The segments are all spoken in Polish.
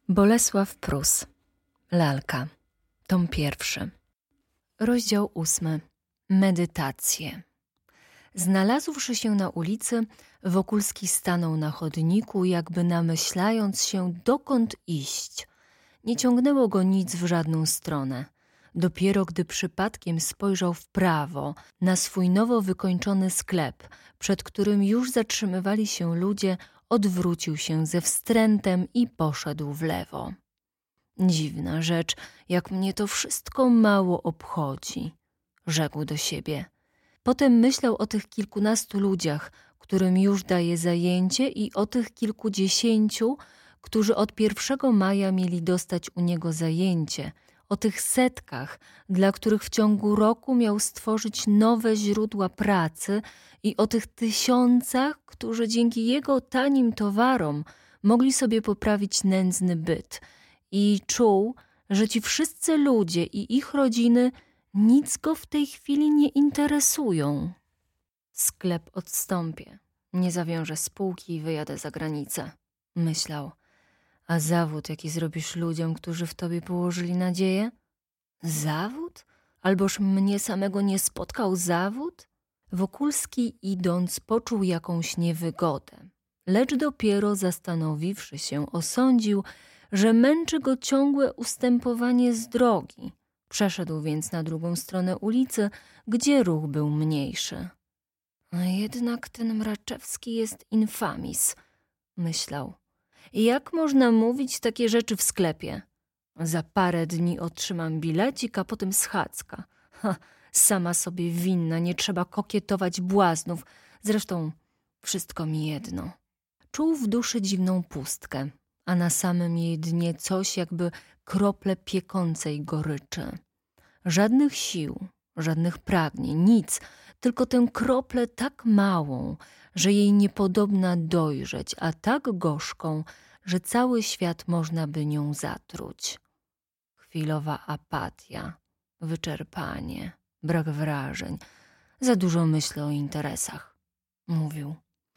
Bolesław Prus. Lalka. Tom 1. Rozdział 8. Medytacje. Znalazłszy się na ulicy, Wokulski stanął na chodniku, jakby namyślając się, dokąd iść. Nie ciągnęło go nic w żadną stronę. Dopiero gdy przypadkiem spojrzał w prawo na swój nowo wykończony sklep, przed którym już zatrzymywali się ludzie, odwrócił się ze wstrętem i poszedł w lewo. Dziwna rzecz, jak mnie to wszystko mało obchodzi, rzekł do siebie. Potem myślał o tych kilkunastu ludziach, którym już daje zajęcie, i o tych kilkudziesięciu, którzy od 1 maja mieli dostać u niego zajęcie, o tych setkach, dla których w ciągu roku miał stworzyć nowe źródła pracy, i o tych tysiącach, którzy dzięki jego tanim towarom mogli sobie poprawić nędzny byt. I czuł, że ci wszyscy ludzie i ich rodziny nic go w tej chwili nie interesują. Sklep odstąpię, nie zawiążę spółki i wyjadę za granicę, myślał. A zawód, jaki zrobisz ludziom, którzy w tobie położyli nadzieję? Zawód? Alboż mnie samego nie spotkał zawód? Wokulski, idąc, poczuł jakąś niewygodę, lecz dopiero zastanowiwszy się, osądził, że męczy go ciągłe ustępowanie z drogi. Przeszedł więc na drugą stronę ulicy, gdzie ruch był mniejszy. A jednak ten Mraczewski jest infamis, myślał. Jak można mówić takie rzeczy w sklepie? Za parę dni otrzymam bilecik, a potem schadzka. Sama sobie winna, nie trzeba kokietować błaznów. Zresztą wszystko mi jedno. Czuł w duszy dziwną pustkę, a na samym jej dnie coś jakby krople piekącej goryczy. Żadnych sił, żadnych pragnień, nic, tylko tę kroplę tak małą, że jej niepodobna dojrzeć, a tak gorzką, że cały świat można by nią zatruć. Chwilowa apatia, wyczerpanie, brak wrażeń, za dużo myślę o interesach, mówił.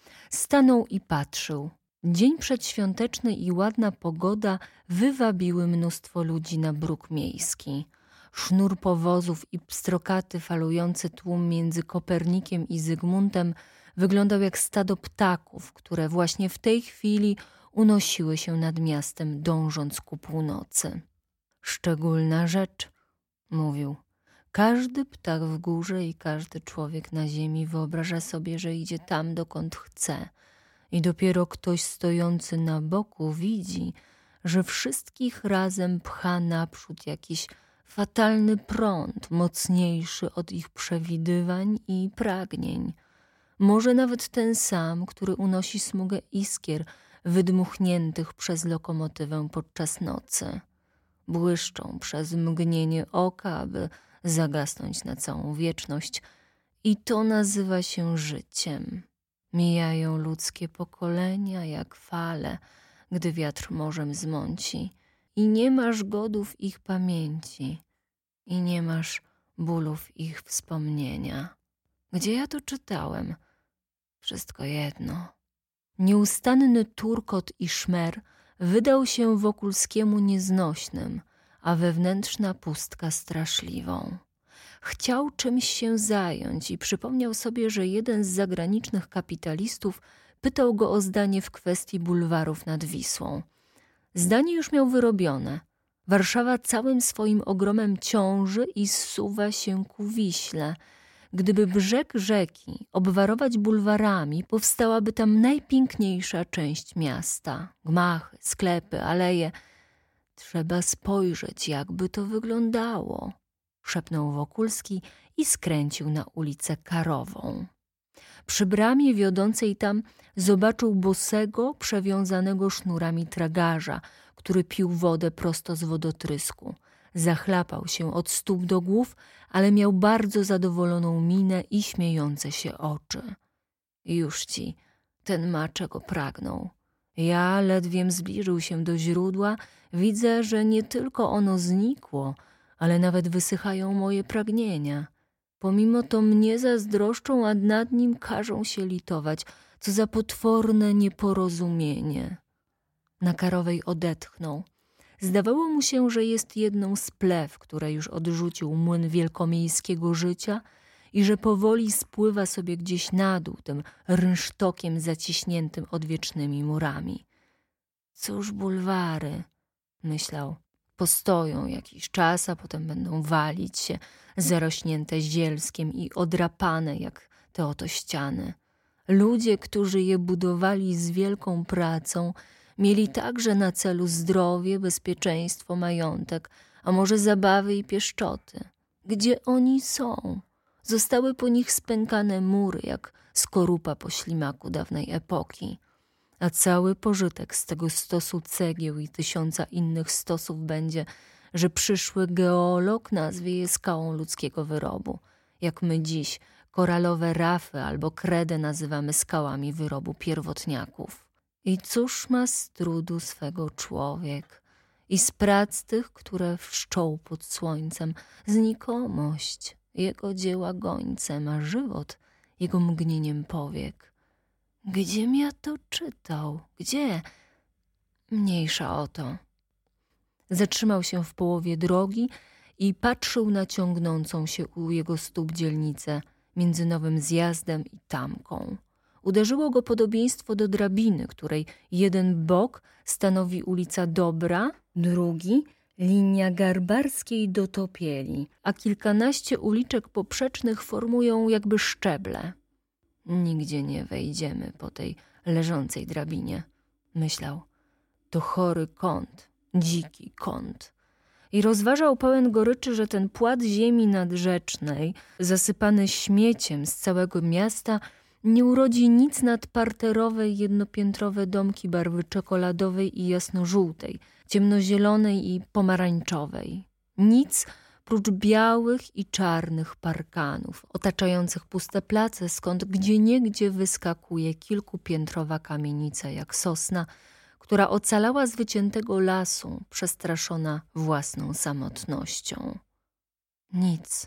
Stanął i patrzył. Dzień przedświąteczny i ładna pogoda wywabiły mnóstwo ludzi na bruk miejski. Sznur powozów i pstrokaty falujący tłum między Kopernikiem i Zygmuntem wyglądał jak stado ptaków, które właśnie w tej chwili unosiły się nad miastem, dążąc ku północy. Szczególna rzecz, mówił. Każdy ptak w górze i każdy człowiek na ziemi wyobraża sobie, że idzie tam, dokąd chce. I dopiero ktoś stojący na boku widzi, że wszystkich razem pcha naprzód jakiś fatalny prąd, mocniejszy od ich przewidywań i pragnień. Może nawet ten sam, który unosi smugę iskier wydmuchniętych przez lokomotywę podczas nocy. Błyszczą przez mgnienie oka, aby zagasnąć na całą wieczność. I to nazywa się życiem. Mijają ludzkie pokolenia jak fale, gdy wiatr morzem zmąci. I nie masz godów ich pamięci. I nie masz bólów ich wspomnienia. Gdzie ja to czytałem? Wszystko jedno. Nieustanny turkot i szmer wydał się Wokulskiemu nieznośnym, a wewnętrzna pustka straszliwą. Chciał czymś się zająć i przypomniał sobie, że jeden z zagranicznych kapitalistów pytał go o zdanie w kwestii bulwarów nad Wisłą. Zdanie już miał wyrobione. Warszawa całym swoim ogromem ciąży i zsuwa się ku Wiśle. Gdyby brzeg rzeki obwarować bulwarami, powstałaby tam najpiękniejsza część miasta. Gmachy, sklepy, aleje. Trzeba spojrzeć, jakby to wyglądało, szepnął Wokulski i skręcił na ulicę Karową. Przy bramie wiodącej tam zobaczył bosego, przewiązanego sznurami tragarza, który pił wodę prosto z wodotrysku. Zachlapał się od stóp do głów, ale miał bardzo zadowoloną minę i śmiejące się oczy. Już ci, ten ma czego pragnął. Ja ledwiem zbliżył się do źródła, widzę, że nie tylko ono znikło, ale nawet wysychają moje pragnienia. Pomimo to mnie zazdroszczą, a nad nim każą się litować. Co za potworne nieporozumienie. Na Karowej odetchnął. Zdawało mu się, że jest jedną z plew, które już odrzucił młyn wielkomiejskiego życia i że powoli spływa sobie gdzieś na dół tym rynsztokiem zaciśniętym odwiecznymi murami. Cóż bulwary, myślał, postoją jakiś czas, a potem będą walić się, zarośnięte zielskiem i odrapane jak te oto ściany. Ludzie, którzy je budowali z wielką pracą, mieli także na celu zdrowie, bezpieczeństwo, majątek, a może zabawy i pieszczoty. Gdzie oni są? Zostały po nich spękane mury, jak skorupa po ślimaku dawnej epoki. A cały pożytek z tego stosu cegieł i 1000 innych stosów będzie, że przyszły geolog nazwie je skałą ludzkiego wyrobu, jak my dziś koralowe rafy albo kredę nazywamy skałami wyrobu pierwotniaków. I cóż ma z trudu swego człowiek i z prac tych, które wszczął pod słońcem, znikomość jego dzieła gońcem, a żywot jego mgnieniem powiek. Gdziem ja to czytał? Gdzie? Mniejsza o to. Zatrzymał się w połowie drogi i patrzył na ciągnącą się u jego stóp dzielnicę między Nowym Zjazdem i Tamką. Uderzyło go podobieństwo do drabiny, której jeden bok stanowi ulica Dobra, drugi linia Garbarskiej do Topieli, a kilkanaście uliczek poprzecznych formują jakby szczeble. Nigdzie nie wejdziemy po tej leżącej drabinie, myślał. To chory kąt, dziki kąt. I rozważał pełen goryczy, że ten płat ziemi nadrzecznej, zasypany śmieciem z całego miasta, nie urodzi nic nad parterowe jednopiętrowe domki barwy czekoladowej i jasnożółtej, ciemnozielonej i pomarańczowej. Nic prócz białych i czarnych parkanów, otaczających puste place, skąd gdzieniegdzie wyskakuje kilkupiętrowa kamienica jak sosna, która ocalała z wyciętego lasu, przestraszona własną samotnością. Nic,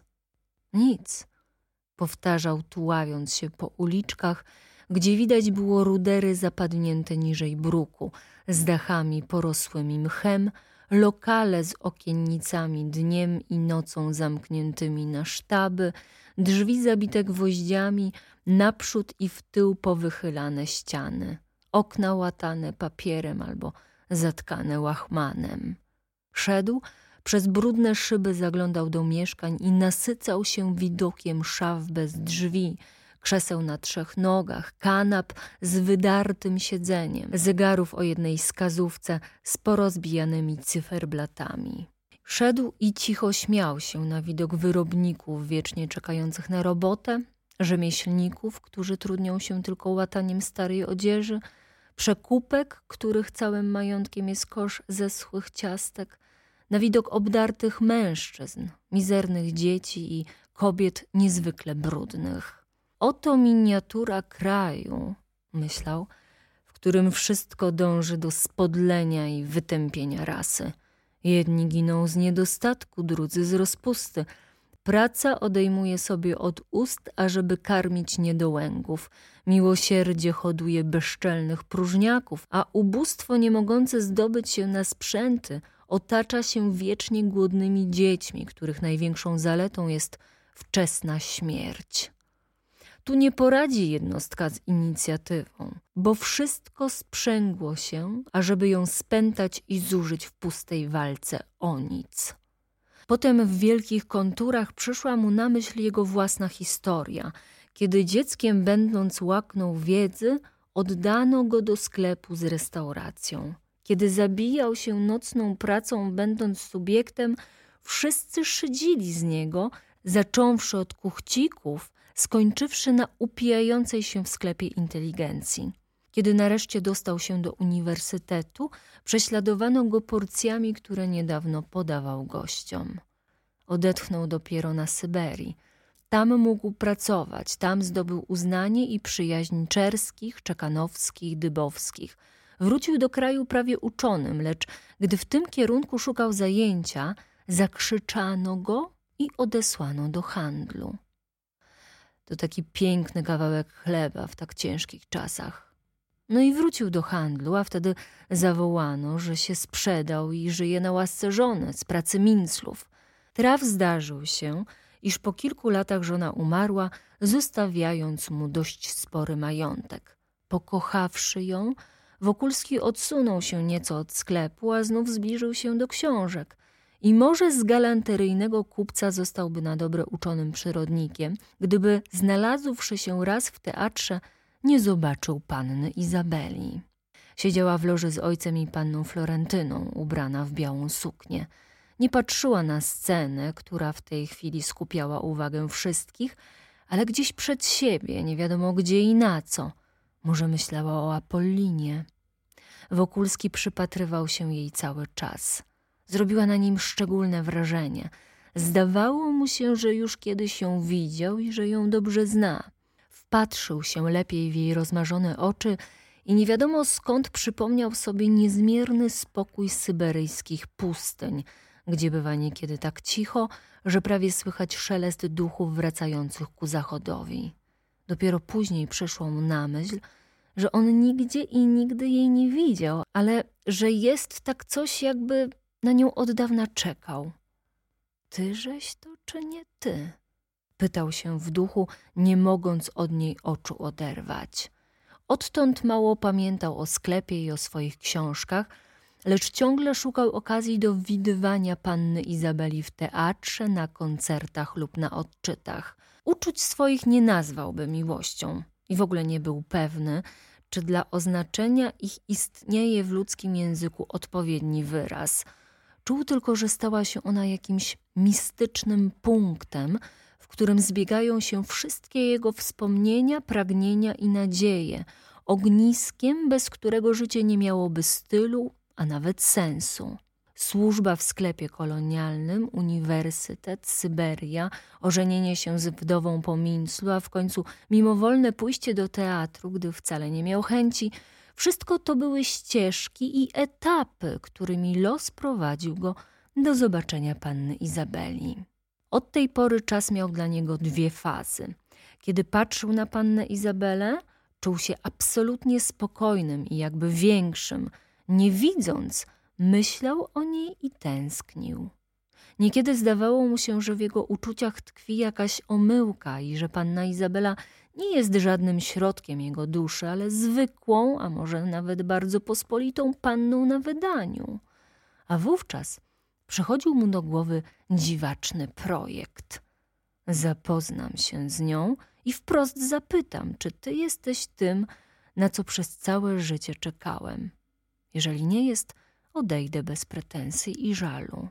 nic, powtarzał, tuławiąc się po uliczkach, gdzie widać było rudery zapadnięte niżej bruku, z dachami porosłymi mchem, lokale z okiennicami dniem i nocą zamkniętymi na sztaby, drzwi zabite gwoździami, naprzód i w tył powychylane ściany, okna łatane papierem albo zatkane łachmanem. Szedł, przez brudne szyby zaglądał do mieszkań i nasycał się widokiem szaf bez drzwi, krzeseł na 3 nogach, kanap z wydartym siedzeniem, zegarów o jednej skazówce z porozbijanymi cyferblatami. Szedł i cicho śmiał się na widok wyrobników wiecznie czekających na robotę, rzemieślników, którzy trudnią się tylko łataniem starej odzieży, przekupek, których całym majątkiem jest kosz zeschłych ciastek, na widok obdartych mężczyzn, mizernych dzieci i kobiet niezwykle brudnych. Oto miniatura kraju, myślał, w którym wszystko dąży do spodlenia i wytępienia rasy. Jedni giną z niedostatku, drudzy z rozpusty. Praca odejmuje sobie od ust, ażeby karmić niedołęgów. Miłosierdzie hoduje bezczelnych próżniaków, a ubóstwo nie mogące zdobyć się na sprzęty otacza się wiecznie głodnymi dziećmi, których największą zaletą jest wczesna śmierć. Tu nie poradzi jednostka z inicjatywą, bo wszystko sprzęgło się, ażeby ją spętać i zużyć w pustej walce o nic. Potem w wielkich konturach przyszła mu na myśl jego własna historia. Kiedy dzieckiem będąc łaknął wiedzy, oddano go do sklepu z restauracją. Kiedy zabijał się nocną pracą, będąc subiektem, wszyscy szydzili z niego, zacząwszy od kuchcików, skończywszy na upijającej się w sklepie inteligencji. Kiedy nareszcie dostał się do uniwersytetu, prześladowano go porcjami, które niedawno podawał gościom. Odetchnął dopiero na Syberii. Tam mógł pracować, tam zdobył uznanie i przyjaźń czerskich, czekanowskich, dybowskich. Wrócił do kraju prawie uczonym, lecz gdy w tym kierunku szukał zajęcia, zakrzyczano go i odesłano do handlu. To taki piękny kawałek chleba w tak ciężkich czasach, No i wrócił do handlu, a wtedy zawołano, że się sprzedał i żyje na łasce żony z pracy minclów. Traf zdarzył się, iż po kilku latach żona umarła, zostawiając mu dość spory majątek. Pokochawszy ją, Wokulski odsunął się nieco od sklepu, a znów zbliżył się do książek. I może z galanteryjnego kupca zostałby na dobre uczonym przyrodnikiem, gdyby znalazłszy się raz w teatrze, nie zobaczył panny Izabeli. Siedziała w loży z ojcem i panną Florentyną, ubrana w białą suknię. Nie patrzyła na scenę, która w tej chwili skupiała uwagę wszystkich, ale gdzieś przed siebie, nie wiadomo gdzie i na co. Może myślała o Apollinie. Wokulski przypatrywał się jej cały czas. Zrobiła na nim szczególne wrażenie. Zdawało mu się, że już kiedyś ją widział i że ją dobrze zna. Wpatrzył się lepiej w jej rozmarzone oczy i nie wiadomo skąd przypomniał sobie niezmierny spokój syberyjskich pustyń, gdzie bywa niekiedy tak cicho, że prawie słychać szelest duchów wracających ku zachodowi. Dopiero później przyszło mu na myśl, że on nigdzie i nigdy jej nie widział, ale że jest tak coś, jakby na nią od dawna czekał. Tyżeś to czy nie ty? Pytał się w duchu, nie mogąc od niej oczu oderwać. Odtąd mało pamiętał o sklepie i o swoich książkach, lecz ciągle szukał okazji do widywania panny Izabeli w teatrze, na koncertach lub na odczytach. Uczuć swoich nie nazwałby miłością i w ogóle nie był pewny, czy dla oznaczenia ich istnieje w ludzkim języku odpowiedni wyraz. Czuł tylko, że stała się ona jakimś mistycznym punktem, w którym zbiegają się wszystkie jego wspomnienia, pragnienia i nadzieje, ogniskiem, bez którego życie nie miałoby stylu, a nawet sensu. Służba w sklepie kolonialnym, uniwersytet, Syberia, ożenienie się z wdową po minclu, a w końcu mimowolne pójście do teatru, gdy wcale nie miał chęci. Wszystko to były ścieżki i etapy, którymi los prowadził go do zobaczenia panny Izabeli. Od tej pory czas miał dla niego dwie fazy. Kiedy patrzył na pannę Izabelę, czuł się absolutnie spokojnym i jakby większym. Nie widząc, myślał o niej i tęsknił. Niekiedy zdawało mu się, że w jego uczuciach tkwi jakaś omyłka i że panna Izabela nie jest żadnym środkiem jego duszy, ale zwykłą, a może nawet bardzo pospolitą panną na wydaniu. A wówczas przychodził mu do głowy dziwaczny projekt. Zapoznam się z nią i wprost zapytam, czy ty jesteś tym, na co przez całe życie czekałem. Jeżeli nie jest, odejdę bez pretensji i żalu.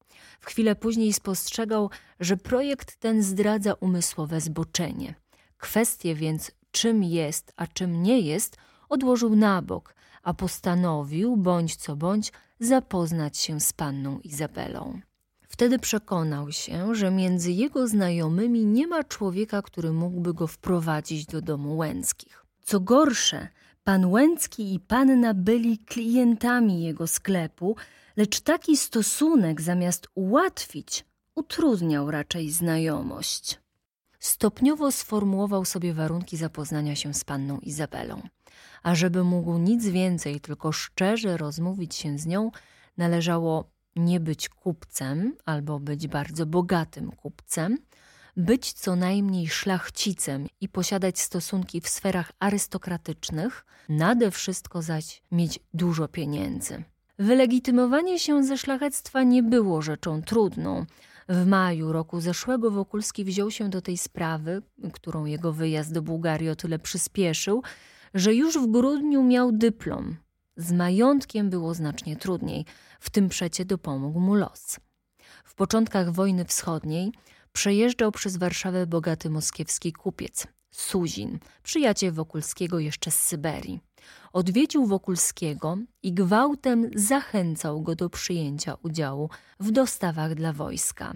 W chwilę później spostrzegał, że projekt ten zdradza umysłowe zboczenie. Kwestię więc, czym jest, a czym nie jest, odłożył na bok, a postanowił, bądź co bądź, zapoznać się z panną Izabelą. Wtedy przekonał się, że między jego znajomymi nie ma człowieka, który mógłby go wprowadzić do domu Łęckich. Co gorsze, pan Łęcki i panna byli klientami jego sklepu, lecz taki stosunek zamiast ułatwić, utrudniał raczej znajomość. Stopniowo sformułował sobie warunki zapoznania się z panną Izabelą. A żeby mógł nic więcej, tylko szczerze rozmówić się z nią, należało nie być kupcem albo być bardzo bogatym kupcem, być co najmniej szlachcicem i posiadać stosunki w sferach arystokratycznych, nade wszystko zaś mieć dużo pieniędzy. Wylegitymowanie się ze szlachectwa nie było rzeczą trudną. W maju roku zeszłego Wokulski wziął się do tej sprawy, którą jego wyjazd do Bułgarii o tyle przyspieszył, że już w grudniu miał dyplom. Z majątkiem było znacznie trudniej, w tym przecie dopomógł mu los. W początkach wojny wschodniej przejeżdżał przez Warszawę bogaty moskiewski kupiec, Suzin, przyjaciel Wokulskiego jeszcze z Syberii. Odwiedził Wokulskiego i gwałtem zachęcał go do przyjęcia udziału w dostawach dla wojska.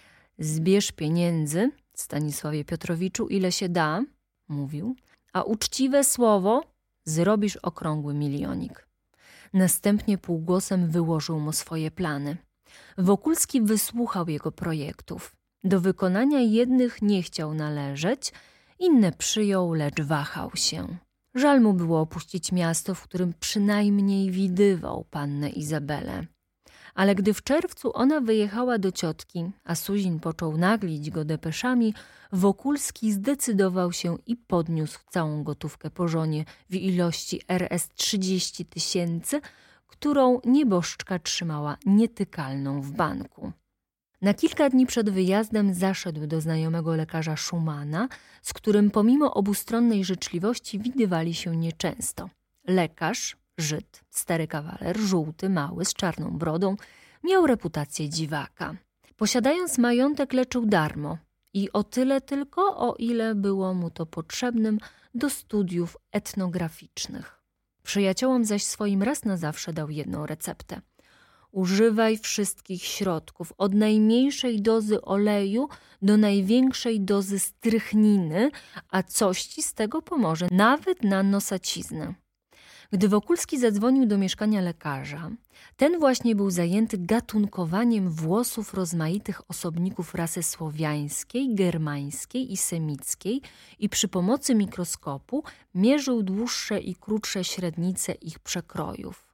Zbierz pieniędzy, Stanisławie Piotrowiczu, ile się da, mówił, a uczciwe słowo zrobisz okrągły milionik. Następnie półgłosem wyłożył mu swoje plany. Wokulski wysłuchał jego projektów. Do wykonania jednych nie chciał należeć, inne przyjął, lecz wahał się. Żal mu było opuścić miasto, w którym przynajmniej widywał pannę Izabelę. Ale gdy w czerwcu ona wyjechała do ciotki, a Suzin począł naglić go depeszami, Wokulski zdecydował się i podniósł całą gotówkę po żonie w ilości RS 30 000, którą nieboszczka trzymała nietykalną w banku. Na kilka dni przed wyjazdem zaszedł do znajomego lekarza Schumana, z którym pomimo obustronnej życzliwości widywali się nieczęsto. Lekarz, Żyd, stary kawaler, żółty, mały, z czarną brodą, miał reputację dziwaka. Posiadając majątek, leczył darmo i o tyle tylko, o ile było mu to potrzebnym do studiów etnograficznych. Przyjaciołom zaś swoim raz na zawsze dał jedną receptę. Używaj wszystkich środków, od najmniejszej dozy oleju do największej dozy strychniny, a coś ci z tego pomoże, nawet na nosaciznę. Gdy Wokulski zadzwonił do mieszkania lekarza, ten właśnie był zajęty gatunkowaniem włosów rozmaitych osobników rasy słowiańskiej, germańskiej i semickiej i przy pomocy mikroskopu mierzył dłuższe i krótsze średnice ich przekrojów.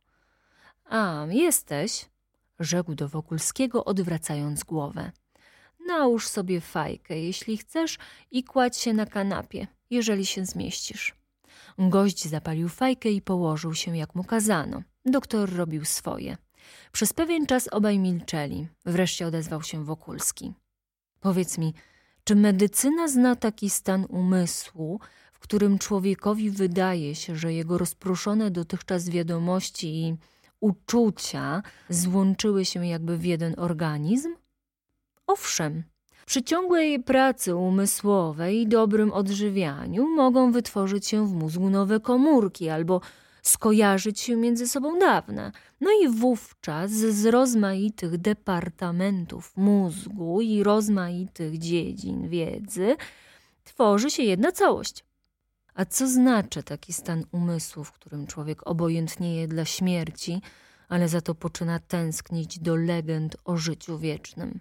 A, jesteś, rzekł do Wokulskiego, odwracając głowę. Nałóż sobie fajkę, jeśli chcesz, i kładź się na kanapie, jeżeli się zmieścisz. Gość zapalił fajkę i położył się, jak mu kazano. Doktor robił swoje. Przez pewien czas obaj milczeli. Wreszcie odezwał się Wokulski. Powiedz mi, czy medycyna zna taki stan umysłu, w którym człowiekowi wydaje się, że jego rozproszone dotychczas wiadomości i uczucia złączyły się jakby w jeden organizm? Owszem, przy ciągłej pracy umysłowej i dobrym odżywianiu mogą wytworzyć się w mózgu nowe komórki albo skojarzyć się między sobą dawne. No i wówczas z rozmaitych departamentów mózgu i rozmaitych dziedzin wiedzy tworzy się jedna całość. A co znaczy taki stan umysłu, w którym człowiek obojętnieje dla śmierci, ale za to poczyna tęsknić do legend o życiu wiecznym?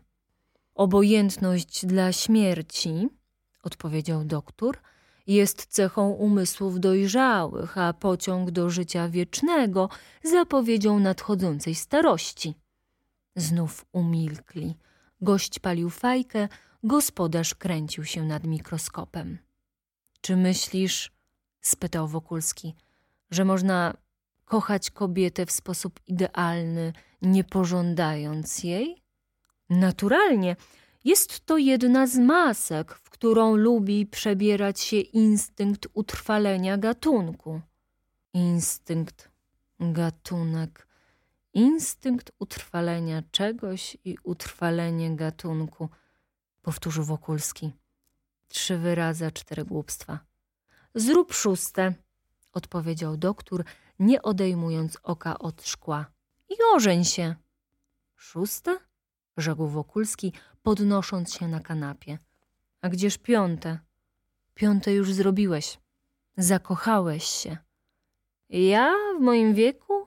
Obojętność dla śmierci, odpowiedział doktor, jest cechą umysłów dojrzałych, a pociąg do życia wiecznego zapowiedzią nadchodzącej starości. Znów umilkli. Gość palił fajkę, gospodarz kręcił się nad mikroskopem. Czy myślisz, spytał Wokulski, że można kochać kobietę w sposób idealny, nie pożądając jej? Naturalnie. Jest to jedna z masek, w którą lubi przebierać się instynkt utrwalenia gatunku. Instynkt, gatunek, instynkt utrwalenia czegoś i utrwalenie gatunku, powtórzył Wokulski. 3 wyrazy, 4 głupstwa. Zrób 6, odpowiedział doktor, nie odejmując oka od szkła. I ożeń się. 6? Rzekł Wokulski, podnosząc się na kanapie. A gdzież 5? 5 już zrobiłeś. Zakochałeś się. Ja w moim wieku?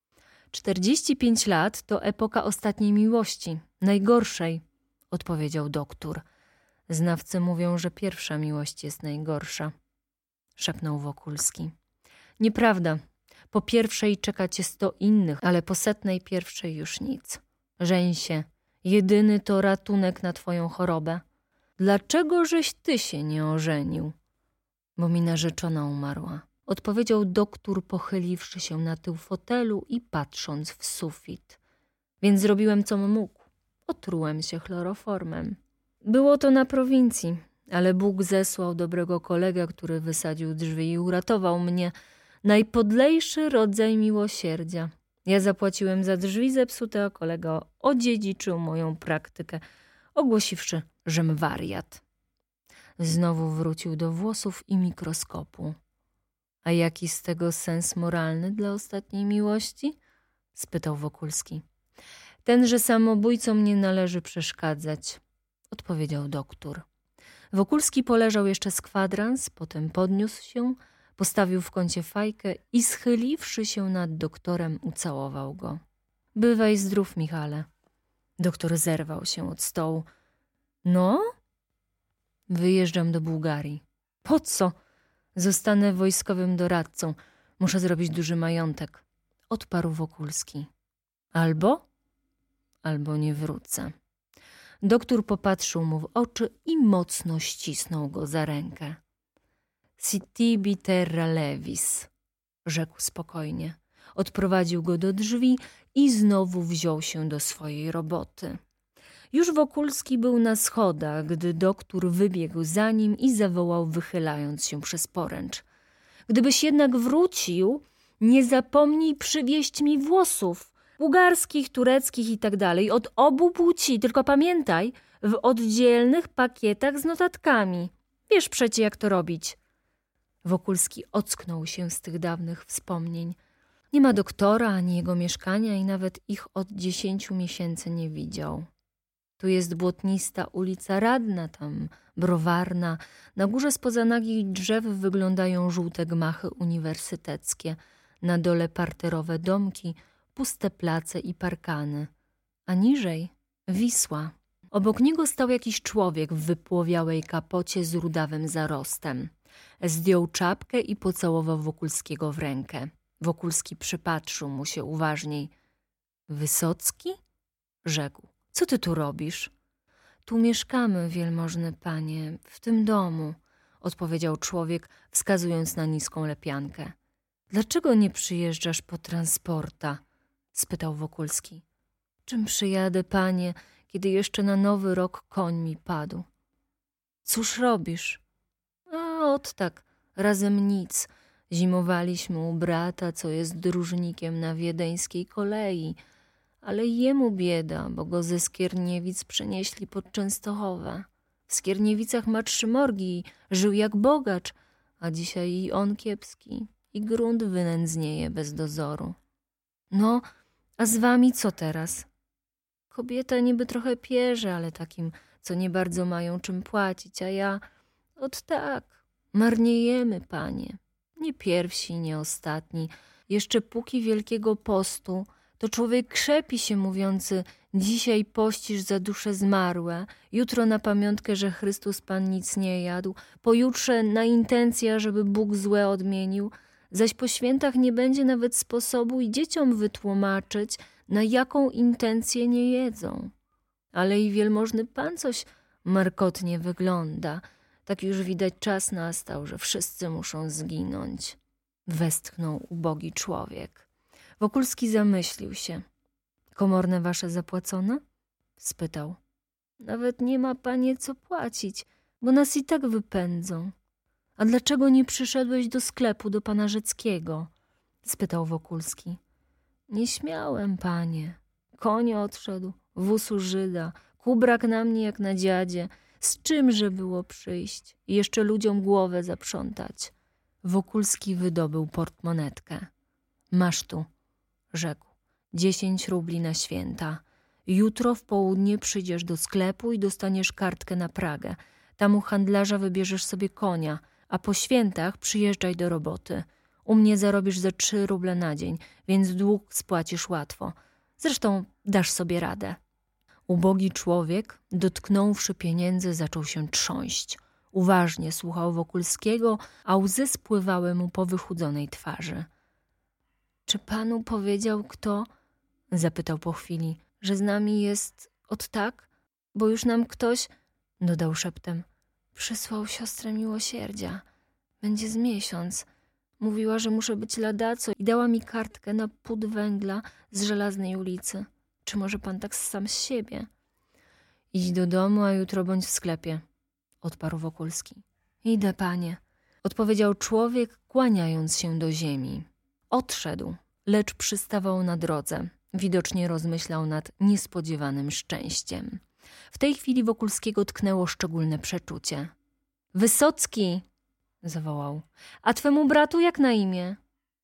45 lat to epoka ostatniej miłości, najgorszej, odpowiedział doktor. Znawcy mówią, że pierwsza miłość jest najgorsza, szepnął Wokulski. Nieprawda. Po pierwszej czeka cię 100 innych, ale po 101 już nic. Żeń się. Jedyny to ratunek na twoją chorobę. Dlaczego żeś ty się nie ożenił? Bo mi narzeczona umarła, odpowiedział doktor, pochyliwszy się na tył fotelu i patrząc w sufit. Więc zrobiłem, com mógł. Otrułem się chloroformem. Było to na prowincji, ale Bóg zesłał dobrego kolegę, który wysadził drzwi i uratował mnie. Najpodlejszy rodzaj miłosierdzia. Ja zapłaciłem za drzwi zepsute, a kolega odziedziczył moją praktykę, ogłosiwszy, żem wariat. Znowu wrócił do włosów i mikroskopu. A jaki z tego sens moralny dla ostatniej miłości? Spytał Wokulski. Ten, że samobójcom nie należy przeszkadzać, odpowiedział doktor. Wokulski poleżał jeszcze z kwadrans, potem podniósł się, postawił w kącie fajkę i schyliwszy się nad doktorem, ucałował go. Bywaj zdrów, Michale. Doktor zerwał się od stołu. No? Wyjeżdżam do Bułgarii. Po co? Zostanę wojskowym doradcą. Muszę zrobić duży majątek. Odparł Wokulski. Albo nie wrócę. Doktór popatrzył mu w oczy i mocno ścisnął go za rękę. Si tibi terra levis, rzekł spokojnie. Odprowadził go do drzwi i znowu wziął się do swojej roboty. Już Wokulski był na schodach, gdy doktór wybiegł za nim i zawołał, wychylając się przez poręcz. Gdybyś jednak wrócił, nie zapomnij przywieźć mi włosów, bułgarskich, tureckich i tak dalej, od obu płci, tylko pamiętaj, w oddzielnych pakietach z notatkami. Wiesz przecie, jak to robić. Wokulski ocknął się z tych dawnych wspomnień. Nie ma doktora ani jego mieszkania i nawet ich od 10 miesięcy nie widział. Tu jest błotnista ulica Radna, tam browarna. Na górze spoza nagich drzew wyglądają żółte gmachy uniwersyteckie. Na dole parterowe domki, puste place i parkany. A niżej Wisła. Obok niego stał jakiś człowiek w wypłowiałej kapocie z rudawym zarostem. Zdjął czapkę i pocałował Wokulskiego w rękę. Wokulski przypatrzył mu się uważniej. Wysocki? Rzekł. Co ty tu robisz? Tu mieszkamy, wielmożny panie, w tym domu, odpowiedział człowiek, wskazując na niską lepiankę. Dlaczego nie przyjeżdżasz po transporta? Spytał Wokulski. Czym przyjadę, panie, kiedy jeszcze na Nowy Rok koń mi padł? Cóż robisz? Ot tak, razem nic. Zimowaliśmy u brata, co jest dróżnikiem na wiedeńskiej kolei, ale jemu bieda, bo go ze Skierniewic przenieśli pod Częstochowę. W Skierniewicach ma 3 morgi i żył jak bogacz, a dzisiaj i on kiepski, i grunt wynędznieje bez dozoru. No, a z wami co teraz? Kobieta niby trochę pierze, ale takim, co nie bardzo mają czym płacić, a ja, ot tak, marniejemy, panie. Nie pierwsi, nie ostatni. Jeszcze póki Wielkiego Postu, to człowiek krzepi się mówiący, dzisiaj pościsz za dusze zmarłe, jutro na pamiątkę, że Chrystus Pan nic nie jadł, pojutrze na intencja, żeby Bóg złe odmienił, zaś po świętach nie będzie nawet sposobu i dzieciom wytłumaczyć, na jaką intencję nie jedzą. Ale i wielmożny Pan coś markotnie wygląda. Tak już widać czas nastał, że wszyscy muszą zginąć. Westchnął ubogi człowiek. Wokulski zamyślił się. Komorne wasze zapłacone? Spytał. Nawet nie ma, panie, co płacić, bo nas i tak wypędzą. A dlaczego nie przyszedłeś do sklepu do pana Rzeckiego? Spytał Wokulski. Nie śmiałem, panie. Koń odszedł, wóz u Żyda, kubrak na mnie jak na dziadzie. Z czymże było przyjść i jeszcze ludziom głowę zaprzątać? Wokulski wydobył portmonetkę. Masz tu, rzekł, 10 rubli na święta. Jutro w południe przyjdziesz do sklepu i dostaniesz kartkę na Pragę. Tam u handlarza wybierzesz sobie konia, a po świętach przyjeżdżaj do roboty. U mnie zarobisz ze 3 ruble na dzień, więc dług spłacisz łatwo. Zresztą dasz sobie radę. Ubogi człowiek, dotknąwszy pieniędzy, zaczął się trząść. Uważnie słuchał Wokulskiego, a łzy spływały mu po wychudzonej twarzy. Czy panu powiedział kto? Zapytał po chwili, że z nami jest od tak? Bo już nam ktoś, dodał szeptem, przysłał siostrę miłosierdzia. Będzie z miesiąc. Mówiła, że muszę być ladaco i dała mi kartkę na pud węgla z Żelaznej ulicy. Czy może pan tak sam z siebie? Idź do domu, a jutro bądź w sklepie, odparł Wokulski. Idę, panie, odpowiedział człowiek, kłaniając się do ziemi. Odszedł, lecz przystawał na drodze. Widocznie rozmyślał nad niespodziewanym szczęściem. W tej chwili Wokulskiego tknęło szczególne przeczucie. Wysocki! Zawołał. A twemu bratu jak na imię?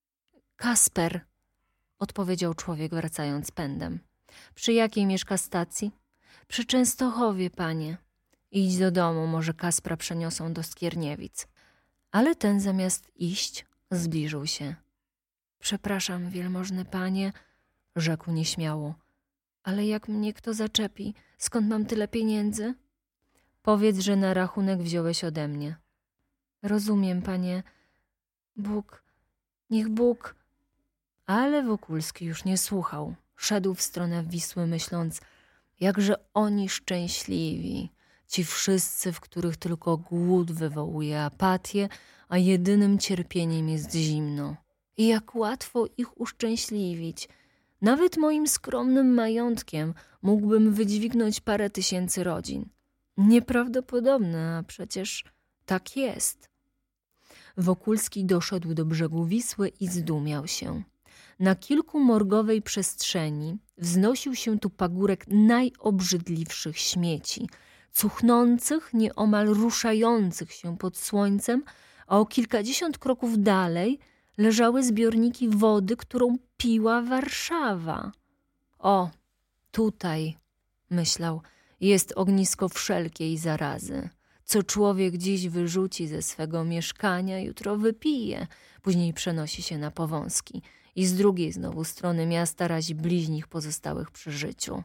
Kasper, odpowiedział człowiek, wracając pędem. Przy jakiej mieszka stacji? Przy Częstochowie, panie. Idź do domu, może Kaspra przeniosą do Skierniewic. Ale ten zamiast iść, zbliżył się. Przepraszam, wielmożny panie, rzekł nieśmiało, ale jak mnie kto zaczepi, skąd mam tyle pieniędzy? Powiedz, że na rachunek wziąłeś ode mnie. Rozumiem, panie, Bóg, niech Bóg... Ale Wokulski już nie słuchał. Szedł w stronę Wisły, myśląc, jakże oni szczęśliwi. Ci wszyscy, w których tylko głód wywołuje apatię, a jedynym cierpieniem jest zimno. I jak łatwo ich uszczęśliwić. Nawet moim skromnym majątkiem mógłbym wydźwignąć parę tysięcy rodzin. Nieprawdopodobne, a przecież tak jest. Wokulski doszedł do brzegu Wisły i zdumiał się. Na kilkumorgowej przestrzeni wznosił się tu pagórek najobrzydliwszych śmieci, cuchnących, nieomal ruszających się pod słońcem, a o kilkadziesiąt kroków dalej leżały zbiorniki wody, którą piła Warszawa. O, tutaj, myślał, jest ognisko wszelkiej zarazy. Co człowiek dziś wyrzuci ze swego mieszkania, jutro wypije, później przenosi się na Powązki i z drugiej znowu strony miasta razi bliźnich pozostałych przy życiu.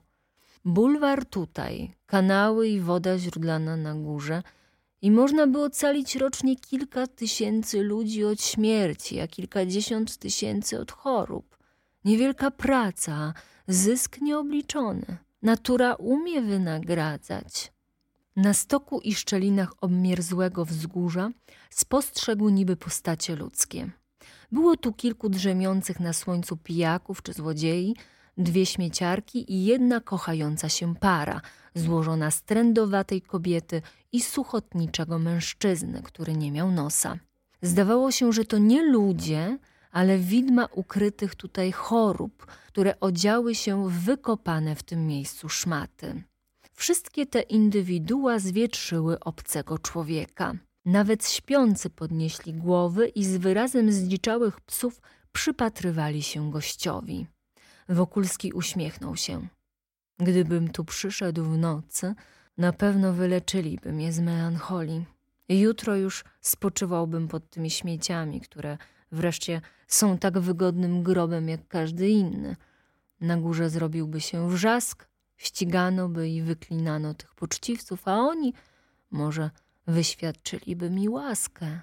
Bulwar tutaj, kanały i woda źródlana na górze i można by ocalić rocznie kilka tysięcy ludzi od śmierci, a kilkadziesiąt tysięcy od chorób. Niewielka praca, zysk nieobliczony. Natura umie wynagradzać. Na stoku i szczelinach obmierzłego wzgórza spostrzegł niby postacie ludzkie. Było tu kilku drzemiących na słońcu pijaków czy złodziei, 2 śmieciarki i 1 kochająca się para, złożona z trędowatej kobiety i suchotniczego mężczyzny, który nie miał nosa. Zdawało się, że to nie ludzie, ale widma ukrytych tutaj chorób, które odziały się w wykopane w tym miejscu szmaty. Wszystkie te indywidua zwietrzyły obcego człowieka. Nawet śpiący podnieśli głowy i z wyrazem zdziczałych psów przypatrywali się gościowi. Wokulski uśmiechnął się. Gdybym tu przyszedł w nocy, na pewno wyleczyliby mnie z melancholii. Jutro już spoczywałbym pod tymi śmieciami, które wreszcie są tak wygodnym grobem jak każdy inny. Na górze zrobiłby się wrzask, ścigano by i wyklinano tych poczciwców, a oni może wyświadczyliby mi łaskę.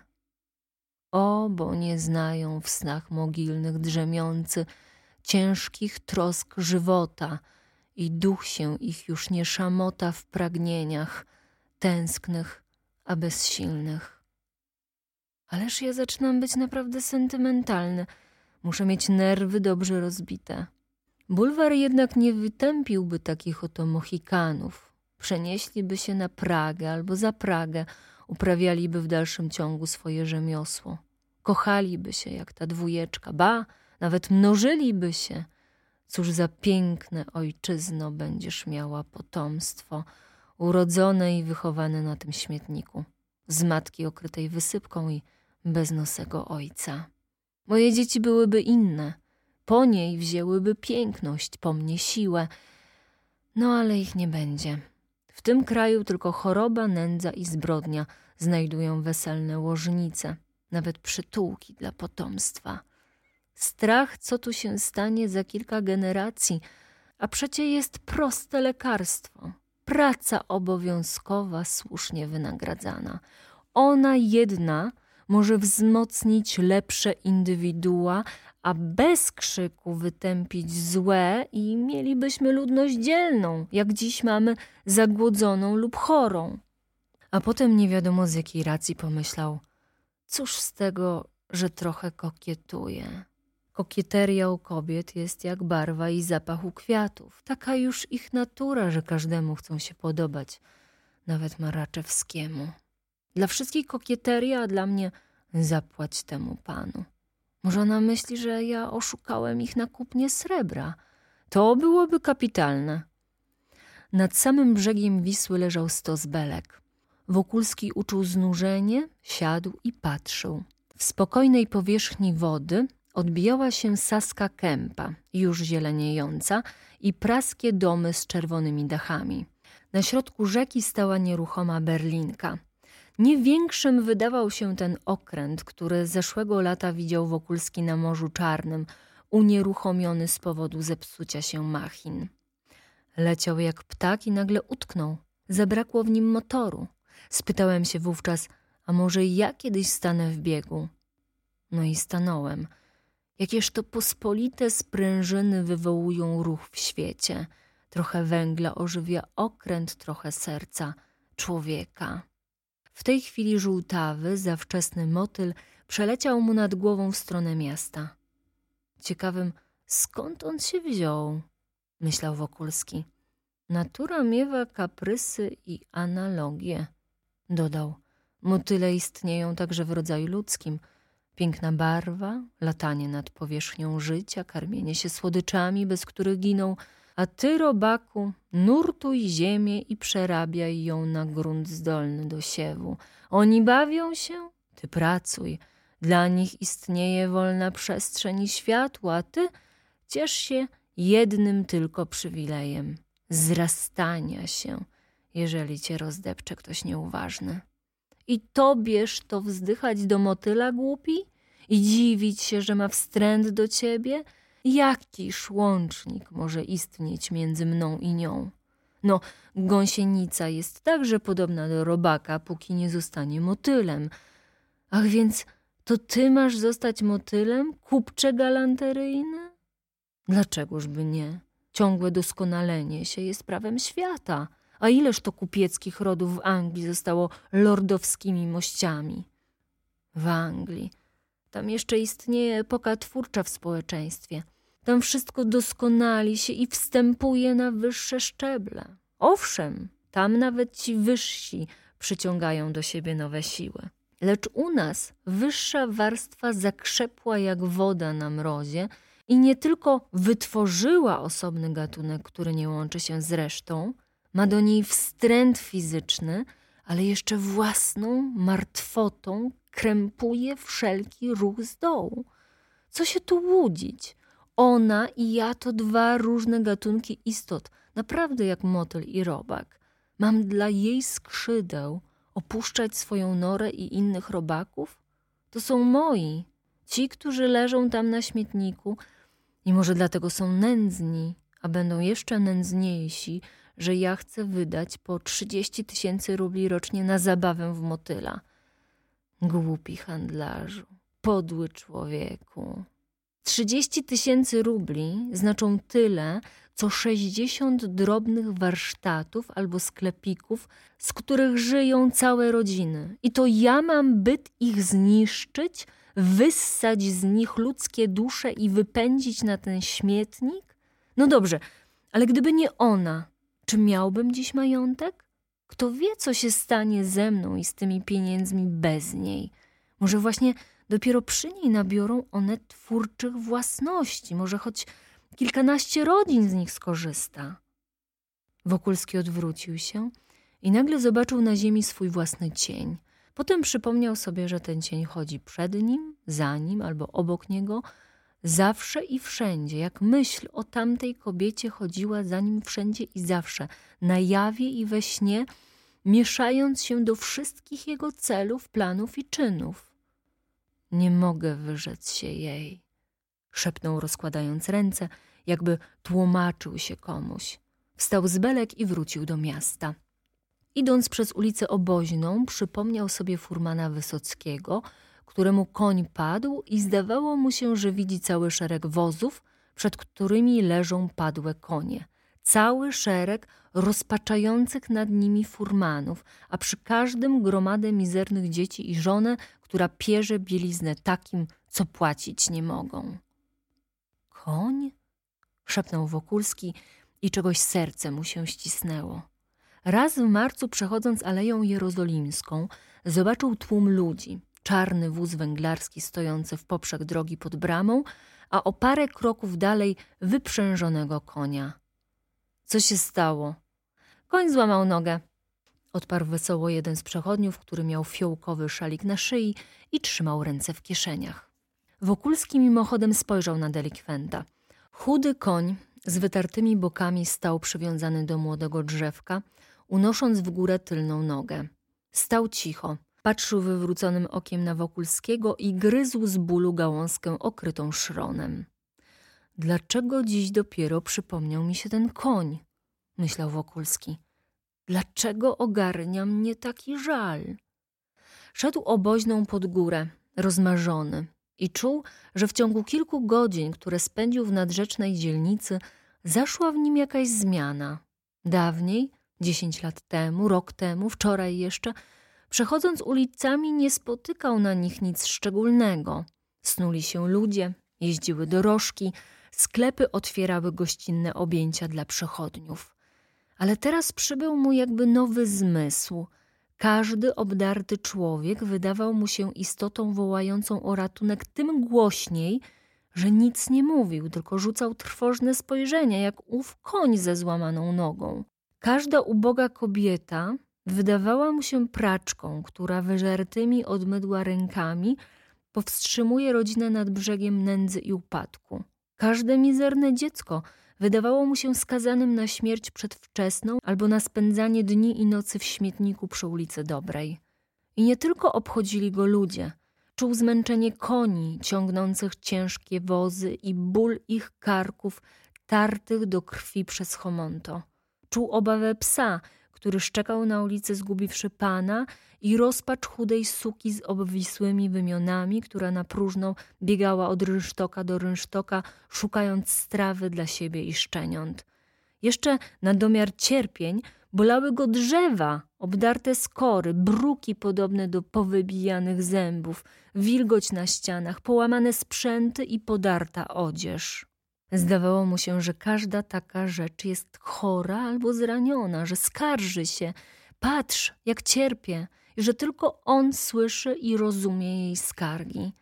O, bo nie znają w snach mogilnych drzemiący ciężkich trosk żywota i duch się ich już nie szamota w pragnieniach tęsknych, a bezsilnych. Ależ ja zaczynam być naprawdę sentymentalny. Muszę mieć nerwy dobrze rozbite. Bulwar jednak nie wytępiłby takich oto Mohikanów. Przenieśliby się na Pragę albo za Pragę, uprawialiby w dalszym ciągu swoje rzemiosło. Kochaliby się jak ta dwójeczka, ba, nawet mnożyliby się. Cóż za piękne ojczyzno będziesz miała potomstwo, urodzone i wychowane na tym śmietniku, z matki okrytej wysypką i beznosego ojca. Moje dzieci byłyby inne, po niej wzięłyby piękność, po mnie siłę, no ale ich nie będzie. W tym kraju tylko choroba, nędza i zbrodnia znajdują weselne łożnice, nawet przytułki dla potomstwa. Strach, co tu się stanie za kilka generacji, a przecie jest proste lekarstwo. Praca obowiązkowa, słusznie wynagradzana. Ona jedna może wzmocnić lepsze indywidua, a bez krzyku wytępić złe i mielibyśmy ludność dzielną, jak dziś mamy zagłodzoną lub chorą. A potem nie wiadomo z jakiej racji pomyślał, cóż z tego, że trochę kokietuje. Kokieteria u kobiet jest jak barwa i zapach u kwiatów. Taka już ich natura, że każdemu chcą się podobać, nawet Maraczewskiemu. Dla wszystkich kokieteria, a dla mnie zapłać temu panu. Może ona myśli, że ja oszukałem ich na kupnie srebra. To byłoby kapitalne. Nad samym brzegiem Wisły leżał stos belek. Wokulski uczuł znużenie, siadł i patrzył. W spokojnej powierzchni wody odbijała się Saska Kępa, już zieleniejąca, i praskie domy z czerwonymi dachami. Na środku rzeki stała nieruchoma berlinka. Nie większym wydawał się ten okręt, który zeszłego lata widział Wokulski na Morzu Czarnym, unieruchomiony z powodu zepsucia się machin. Leciał jak ptak i nagle utknął. Zabrakło w nim motoru. Spytałem się wówczas, a może ja kiedyś stanę w biegu? No i stanąłem. Jakież to pospolite sprężyny wywołują ruch w świecie. Trochę węgla ożywia okręt, trochę serca człowieka. W tej chwili żółtawy, zawczesny motyl przeleciał mu nad głową w stronę miasta. Ciekawym, skąd on się wziął, myślał Wokulski. Natura miewa kaprysy i analogie, dodał. Motyle istnieją także w rodzaju ludzkim. Piękna barwa, latanie nad powierzchnią życia, karmienie się słodyczami, bez których giną, a ty, robaku, nurtuj ziemię i przerabiaj ją na grunt zdolny do siewu. Oni bawią się, ty pracuj. Dla nich istnieje wolna przestrzeń i światło, a ty ciesz się jednym tylko przywilejem – zrastania się, jeżeli cię rozdepcze ktoś nieuważny. I tobież to wzdychać do motyla, głupi? I dziwić się, że ma wstręt do ciebie? Jakiż łącznik może istnieć między mną i nią? No, gąsienica jest także podobna do robaka, póki nie zostanie motylem. Ach, więc to ty masz zostać motylem, kupcze galanteryjny? Dlaczegoż by nie? Ciągłe doskonalenie się jest prawem świata. A ileż to kupieckich rodów w Anglii zostało lordowskimi mościami? W Anglii. Tam jeszcze istnieje epoka twórcza w społeczeństwie. Tam wszystko doskonali się i wstępuje na wyższe szczeble. Owszem, tam nawet ci wyżsi przyciągają do siebie nowe siły. Lecz u nas wyższa warstwa zakrzepła jak woda na mrozie i nie tylko wytworzyła osobny gatunek, który nie łączy się z resztą, ma do niej wstręt fizyczny, ale jeszcze własną martwotą krępuje wszelki ruch z dołu. Co się tu łudzić? Ona i ja to dwa różne gatunki istot, naprawdę jak motyl i robak. Mam dla jej skrzydeł opuszczać swoją norę i innych robaków? To są moi, ci, którzy leżą tam na śmietniku i może dlatego są nędzni, a będą jeszcze nędzniejsi, że ja chcę wydać po 30 000 rubli rocznie na zabawę w motyla. Głupi handlarzu, podły człowieku. 30 000 rubli znaczą tyle, co 60 drobnych warsztatów albo sklepików, z których żyją całe rodziny. I to ja mam byt ich zniszczyć, wyssać z nich ludzkie dusze i wypędzić na ten śmietnik? No dobrze, ale gdyby nie ona, czy miałbym dziś majątek? Kto wie, co się stanie ze mną i z tymi pieniędzmi bez niej? Może właśnie dopiero przy niej nabiorą one twórczych własności, może choć kilkanaście rodzin z nich skorzysta. Wokulski odwrócił się i nagle zobaczył na ziemi swój własny cień. Potem przypomniał sobie, że ten cień chodzi przed nim, za nim albo obok niego, zawsze i wszędzie, jak myśl o tamtej kobiecie chodziła za nim wszędzie i zawsze, na jawie i we śnie, mieszając się do wszystkich jego celów, planów i czynów. Nie mogę wyrzec się jej, szepnął rozkładając ręce, jakby tłumaczył się komuś. Wstał z belek i wrócił do miasta. Idąc przez ulicę Oboźną, przypomniał sobie furmana Wysockiego, któremu koń padł i zdawało mu się, że widzi cały szereg wozów, przed którymi leżą padłe konie. Cały szereg rozpaczających nad nimi furmanów, a przy każdym gromadę mizernych dzieci i żonę, która pierze bieliznę takim, co płacić nie mogą. Koń? Szepnął Wokulski i czegoś serce mu się ścisnęło. Raz w marcu, przechodząc Aleją Jerozolimską, zobaczył tłum ludzi, czarny wóz węglarski stojący w poprzek drogi pod bramą, a o parę kroków dalej wyprzężonego konia. Co się stało? Koń złamał nogę, odparł wesoło jeden z przechodniów, który miał fiołkowy szalik na szyi i trzymał ręce w kieszeniach. Wokulski mimochodem spojrzał na delikwenta. Chudy koń z wytartymi bokami stał przywiązany do młodego drzewka, unosząc w górę tylną nogę. Stał cicho, patrzył wywróconym okiem na Wokulskiego i gryzł z bólu gałązkę okrytą szronem. Dlaczego dziś dopiero przypomniał mi się ten koń? Myślał Wokulski. Dlaczego ogarnia mnie taki żal? Szedł Oboźną pod górę, rozmarzony. I czuł, że w ciągu kilku godzin, które spędził w nadrzecznej dzielnicy, zaszła w nim jakaś zmiana. Dawniej, 10 lat temu, rok temu, wczoraj jeszcze, przechodząc ulicami nie spotykał na nich nic szczególnego. Snuli się ludzie, jeździły dorożki, sklepy otwierały gościnne objęcia dla przechodniów. Ale teraz przybył mu jakby nowy zmysł. Każdy obdarty człowiek wydawał mu się istotą wołającą o ratunek tym głośniej, że nic nie mówił, tylko rzucał trwożne spojrzenia, jak ów koń ze złamaną nogą. Każda uboga kobieta wydawała mu się praczką, która wyżartymi od mydła rękami powstrzymuje rodzinę nad brzegiem nędzy i upadku. Każde mizerne dziecko wydawało mu się skazanym na śmierć przedwczesną albo na spędzanie dni i nocy w śmietniku przy ulicy Dobrej. I nie tylko obchodzili go ludzie. Czuł zmęczenie koni ciągnących ciężkie wozy i ból ich karków tartych do krwi przez homonto. Czuł obawę psa, który szczekał na ulicy zgubiwszy pana, i rozpacz chudej suki z obwisłymi wymionami, która na próżno biegała od rynsztoka do rynsztoka, szukając strawy dla siebie i szczeniąt. Jeszcze na domiar cierpień bolały go drzewa, obdarte skory, bruki podobne do powybijanych zębów, wilgoć na ścianach, połamane sprzęty i podarta odzież. Zdawało mu się, że każda taka rzecz jest chora albo zraniona, że skarży się, patrz, jak cierpię, i że tylko on słyszy i rozumie jej skargi.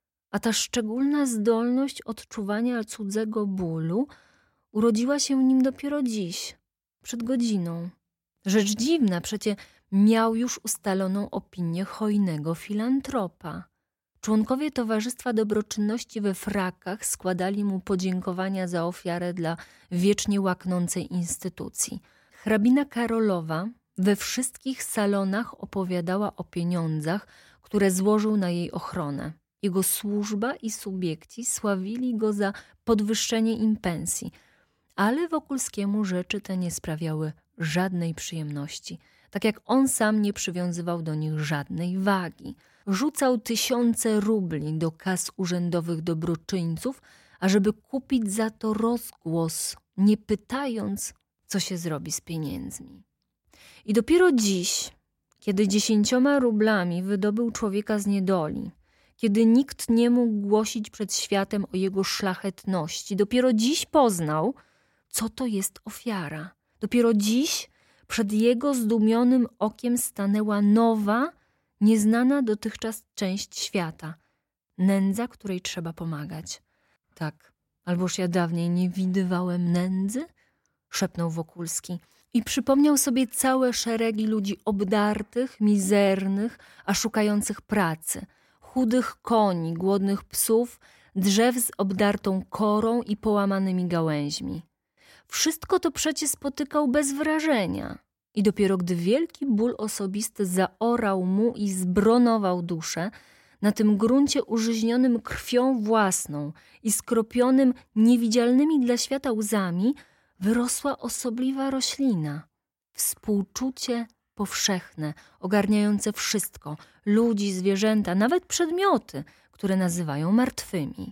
A ta szczególna zdolność odczuwania cudzego bólu urodziła się w nim dopiero dziś, przed godziną. Rzecz dziwna, przecie miał już ustaloną opinię hojnego filantropa. Członkowie Towarzystwa Dobroczynności we frakach składali mu podziękowania za ofiarę dla wiecznie łaknącej instytucji. Hrabina Karolowa we wszystkich salonach opowiadała o pieniądzach, które złożył na jej ochronę. Jego służba i subiekci sławili go za podwyższenie im pensji, ale Wokulskiemu rzeczy te nie sprawiały żadnej przyjemności, tak jak on sam nie przywiązywał do nich żadnej wagi. Rzucał tysiące rubli do kas urzędowych dobroczyńców, ażeby kupić za to rozgłos, nie pytając, co się zrobi z pieniędzmi. I dopiero dziś, kiedy 10 rublami wydobył człowieka z niedoli, kiedy nikt nie mógł głosić przed światem o jego szlachetności, dopiero dziś poznał, co to jest ofiara. Dopiero dziś przed jego zdumionym okiem stanęła nowa, nieznana dotychczas część świata. Nędza, której trzeba pomagać. Tak, alboż ja dawniej nie widywałem nędzy? Szepnął Wokulski i przypomniał sobie całe szeregi ludzi obdartych, mizernych, a szukających pracy. Chudych koni, głodnych psów, drzew z obdartą korą i połamanymi gałęźmi. Wszystko to przecie spotykał bez wrażenia. I dopiero gdy wielki ból osobisty zaorał mu i zbronował duszę, na tym gruncie użyźnionym krwią własną i skropionym niewidzialnymi dla świata łzami, wyrosła osobliwa roślina. Współczucie powszechne, ogarniające wszystko, ludzi, zwierzęta, nawet przedmioty, które nazywają martwymi.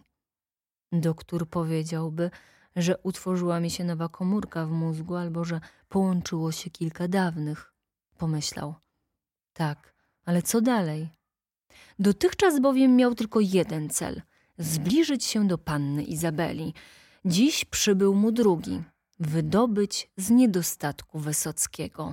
Doktór powiedziałby, że utworzyła mi się nowa komórka w mózgu albo że połączyło się kilka dawnych. Pomyślał. Tak, ale co dalej? Dotychczas bowiem miał tylko jeden cel – zbliżyć się do panny Izabeli. Dziś przybył mu drugi – wydobyć z niedostatku Wysockiego.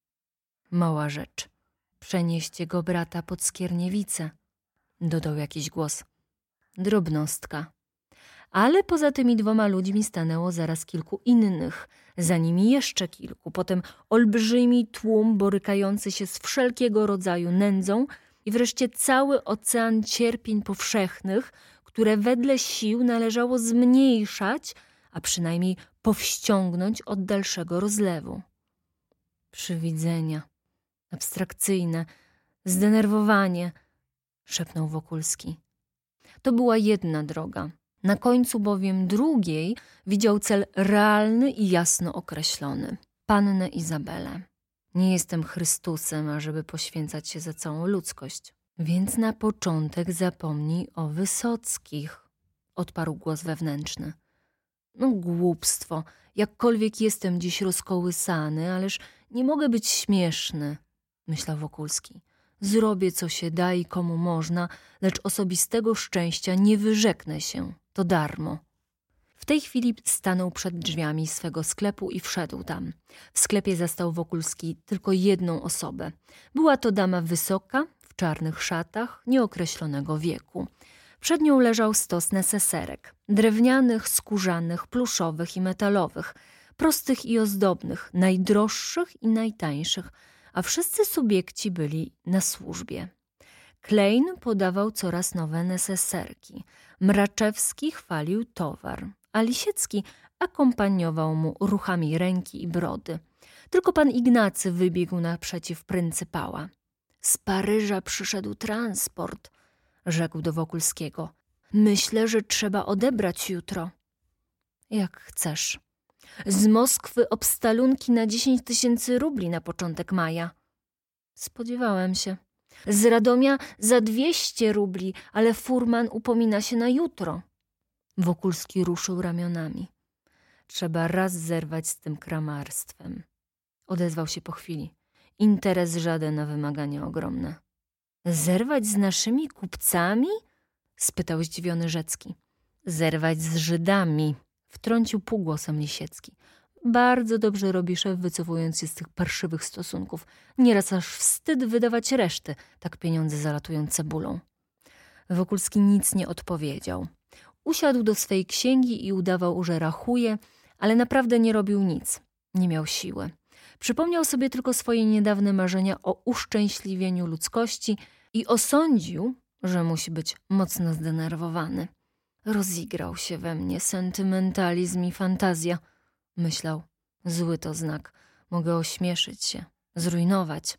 Mała rzecz – przenieść jego brata pod Skierniewicę. Dodał jakiś głos. Drobnostka. Ale poza tymi 2 ludźmi stanęło zaraz kilku innych, za nimi jeszcze kilku, potem olbrzymi tłum borykający się z wszelkiego rodzaju nędzą i wreszcie cały ocean cierpień powszechnych, które wedle sił należało zmniejszać, a przynajmniej powściągnąć od dalszego rozlewu. Przywidzenia, abstrakcyjne, zdenerwowanie, szepnął Wokulski. To była jedna droga. Na końcu bowiem drugiej widział cel realny i jasno określony. Pannę Izabelę. Nie jestem Chrystusem, ażeby poświęcać się za całą ludzkość. Więc na początek zapomnij o Wysockich, odparł głos wewnętrzny. No głupstwo, jakkolwiek jestem dziś rozkołysany, ależ nie mogę być śmieszny, myślał Wokulski. Zrobię co się da i komu można, lecz osobistego szczęścia nie wyrzeknę się, to darmo. W tej chwili stanął przed drzwiami swego sklepu i wszedł tam. W sklepie zastał Wokulski tylko jedną osobę. Była to dama wysoka, w czarnych szatach, nieokreślonego wieku. Przed nią leżał stos neseserek, drewnianych, skórzanych, pluszowych i metalowych, prostych i ozdobnych, najdroższych i najtańszych, a wszyscy subiekci byli na służbie. Klein podawał coraz nowe neseserki, Mraczewski chwalił towar, a Lisiecki akompaniował mu ruchami ręki i brody. Tylko pan Ignacy wybiegł naprzeciw pryncypała. Z Paryża przyszedł transport, rzekł do Wokulskiego. Myślę, że trzeba odebrać jutro. Jak chcesz. Z Moskwy obstalunki na 10 000 rubli na początek maja. Spodziewałem się. Z Radomia za 200 rubli, ale furman upomina się na jutro. Wokulski ruszył ramionami. Trzeba raz zerwać z tym kramarstwem. Odezwał się po chwili. Interes żaden, a wymagania ogromne. Zerwać z naszymi kupcami? Spytał zdziwiony Rzecki. Zerwać z Żydami, wtrącił półgłosem Lisiecki. Bardzo dobrze robi szef, wycofując się z tych parszywych stosunków. Nieraz aż wstyd wydawać reszty, tak pieniądze zalatują cebulą. Wokulski nic nie odpowiedział. Usiadł do swej księgi i udawał, że rachuje, ale naprawdę nie robił nic. Nie miał siły. Przypomniał sobie tylko swoje niedawne marzenia o uszczęśliwieniu ludzkości i osądził, że musi być mocno zdenerwowany. Rozigrał się we mnie sentymentalizm i fantazja, myślał. Zły to znak. Mogę ośmieszyć się, zrujnować.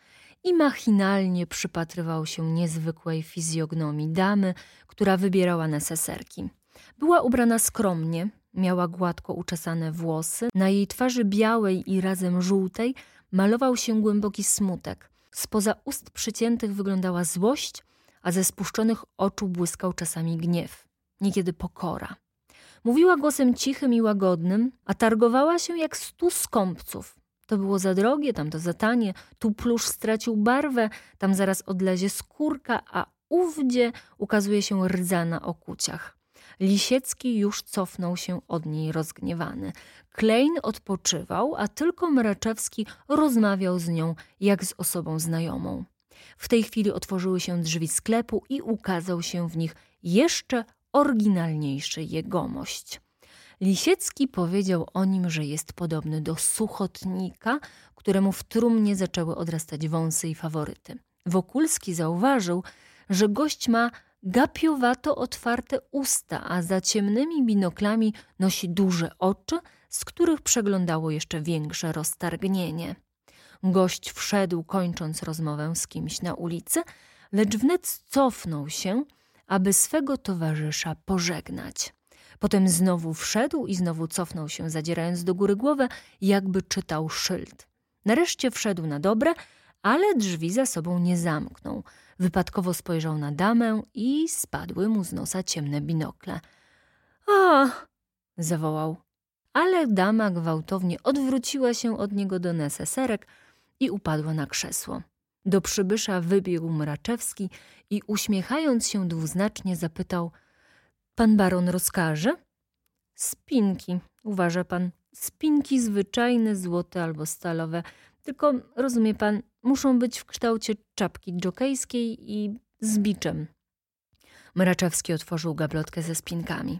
I machinalnie przypatrywał się niezwykłej fizjognomii damy, która wybierała neseserki. Była ubrana skromnie, miała gładko uczesane włosy, na jej twarzy białej i razem żółtej malował się głęboki smutek. Spoza ust przyciętych wyglądała złość, a ze spuszczonych oczu błyskał czasami gniew, niekiedy pokora. Mówiła głosem cichym i łagodnym, a targowała się jak 100 skąpców. To było za drogie, tamto za tanie, tu plusz stracił barwę, tam zaraz odlezie skórka, a ówdzie ukazuje się rdza na okuciach. Lisiecki już cofnął się od niej rozgniewany. Klein odpoczywał, a tylko Mraczewski rozmawiał z nią jak z osobą znajomą. W tej chwili otworzyły się drzwi sklepu i ukazał się w nich jeszcze oryginalniejszy jegomość. Lisiecki powiedział o nim, że jest podobny do suchotnika, któremu w trumnie zaczęły odrastać wąsy i faworyty. Wokulski zauważył, że gość ma gapiowato otwarte usta, a za ciemnymi binoklami nosi duże oczy, z których przeglądało jeszcze większe roztargnienie. Gość wszedł, kończąc rozmowę z kimś na ulicy, lecz wnet cofnął się, aby swego towarzysza pożegnać. Potem znowu wszedł i znowu cofnął się, zadzierając do góry głowę, jakby czytał szyld. Nareszcie wszedł na dobre, ale drzwi za sobą nie zamknął. Wypadkowo spojrzał na damę i spadły mu z nosa ciemne binokle. „A!” zawołał. Ale dama gwałtownie odwróciła się od niego do neseserek i upadła na krzesło. Do przybysza wybiegł Mraczewski i uśmiechając się dwuznacznie zapytał: „Pan baron rozkaże?” „Spinki, uważa pan, spinki zwyczajne, złote albo stalowe. Tylko, rozumie pan, muszą być w kształcie czapki dżokejskiej i z biczem.” Mraczewski otworzył gablotkę ze spinkami.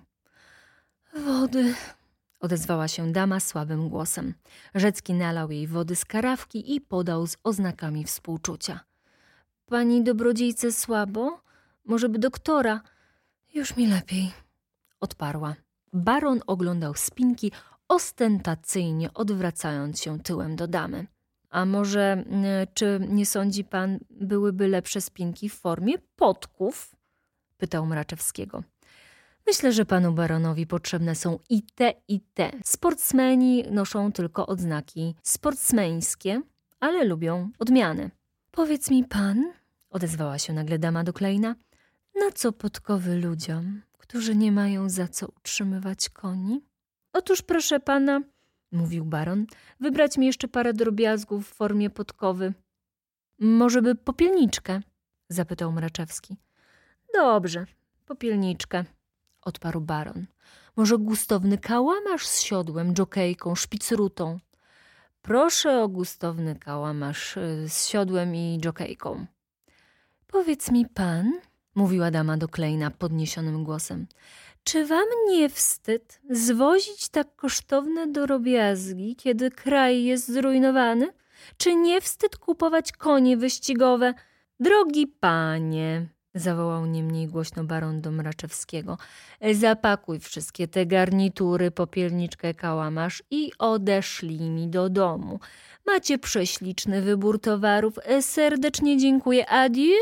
„Wody”, odezwała się dama słabym głosem. Rzecki nalał jej wody z karafki i podał z oznakami współczucia. „Pani dobrodziejce słabo? Może by doktora?” „Już mi lepiej”, odparła. Baron oglądał spinki, ostentacyjnie odwracając się tyłem do damy. „A może, czy nie sądzi pan, byłyby lepsze spinki w formie podków?” pytał Mraczewskiego. „Myślę, że panu baronowi potrzebne są i te, i te. Sportsmeni noszą tylko odznaki sportsmeńskie, ale lubią odmiany.” „Powiedz mi pan”, odezwała się nagle dama do Kleina. Na co podkowy ludziom, którzy nie mają za co utrzymywać koni? Otóż proszę pana, mówił baron, wybrać mi jeszcze parę drobiazgów w formie podkowy. Może by popielniczkę? Zapytał Mraczewski. Dobrze, popielniczkę, odparł baron. Może gustowny kałamarz z siodłem, dżokejką, szpicrutą? Proszę o gustowny kałamarz z siodłem i dżokejką. Powiedz mi pan, mówiła dama do Kleina podniesionym głosem, czy wam nie wstyd zwozić tak kosztowne drobiazgi, kiedy kraj jest zrujnowany? Czy nie wstyd kupować konie wyścigowe? Drogi panie, zawołał niemniej głośno baron do Mraczewskiego, zapakuj wszystkie te garnitury, popielniczkę, kałamarz i odeszlij mi do domu. Macie prześliczny wybór towarów. Serdecznie dziękuję. Adieu.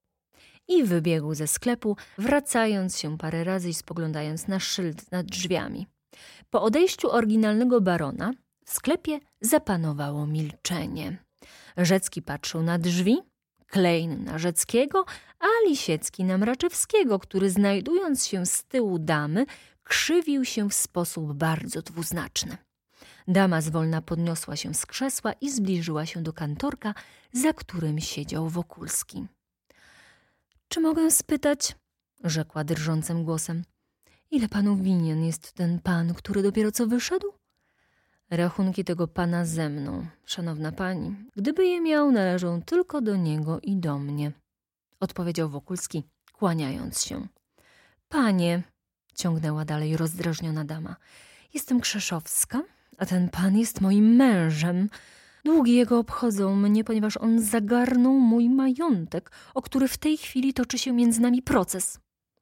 I wybiegł ze sklepu, wracając się parę razy i spoglądając na szyld nad drzwiami. Po odejściu oryginalnego barona w sklepie zapanowało milczenie. Rzecki patrzył na drzwi, Klein na Rzeckiego, a Lisiecki na Mraczewskiego, który znajdując się z tyłu damy, krzywił się w sposób bardzo dwuznaczny. Dama zwolna podniosła się z krzesła i zbliżyła się do kantorka, za którym siedział Wokulski. Czy mogę spytać, rzekła drżącym głosem, ile panu winien jest ten pan, który dopiero co wyszedł? Rachunki tego pana ze mną, szanowna pani. Gdyby je miał, należą tylko do niego i do mnie, odpowiedział Wokulski, kłaniając się. Panie, ciągnęła dalej rozdrażniona dama, jestem Krzeszowska, a ten pan jest moim mężem. Długi jego obchodzą mnie, ponieważ on zagarnął mój majątek, o który w tej chwili toczy się między nami proces.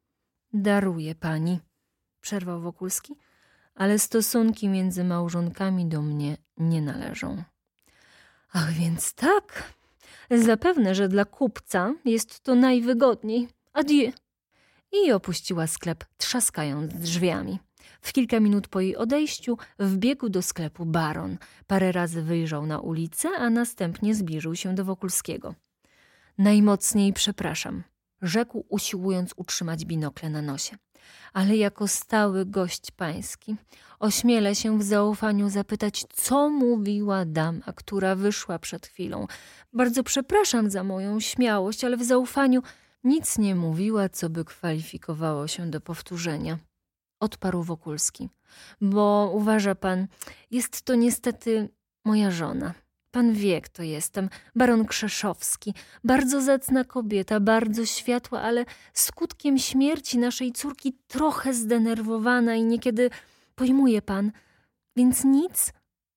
Daruję pani, przerwał Wokulski, ale stosunki między małżonkami do mnie nie należą. Ach, więc tak. Zapewne, że dla kupca jest to najwygodniej. Adieu. I opuściła sklep, trzaskając drzwiami. W kilka minut po jej odejściu wbiegł do sklepu baron. Parę razy wyjrzał na ulicę, a następnie zbliżył się do Wokulskiego. Najmocniej przepraszam, rzekł, usiłując utrzymać binokle na nosie. Ale jako stały gość pański ośmielę się w zaufaniu zapytać, co mówiła dama, która wyszła przed chwilą. Bardzo przepraszam za moją śmiałość, ale w zaufaniu nic nie mówiła, co by kwalifikowało się do powtórzenia. Odparł Wokulski, bo uważa pan, jest to niestety moja żona. Pan wie, kto jestem, baron Krzeszowski, bardzo zacna kobieta, bardzo światła, ale skutkiem śmierci naszej córki trochę zdenerwowana i niekiedy pojmuje pan, więc nic?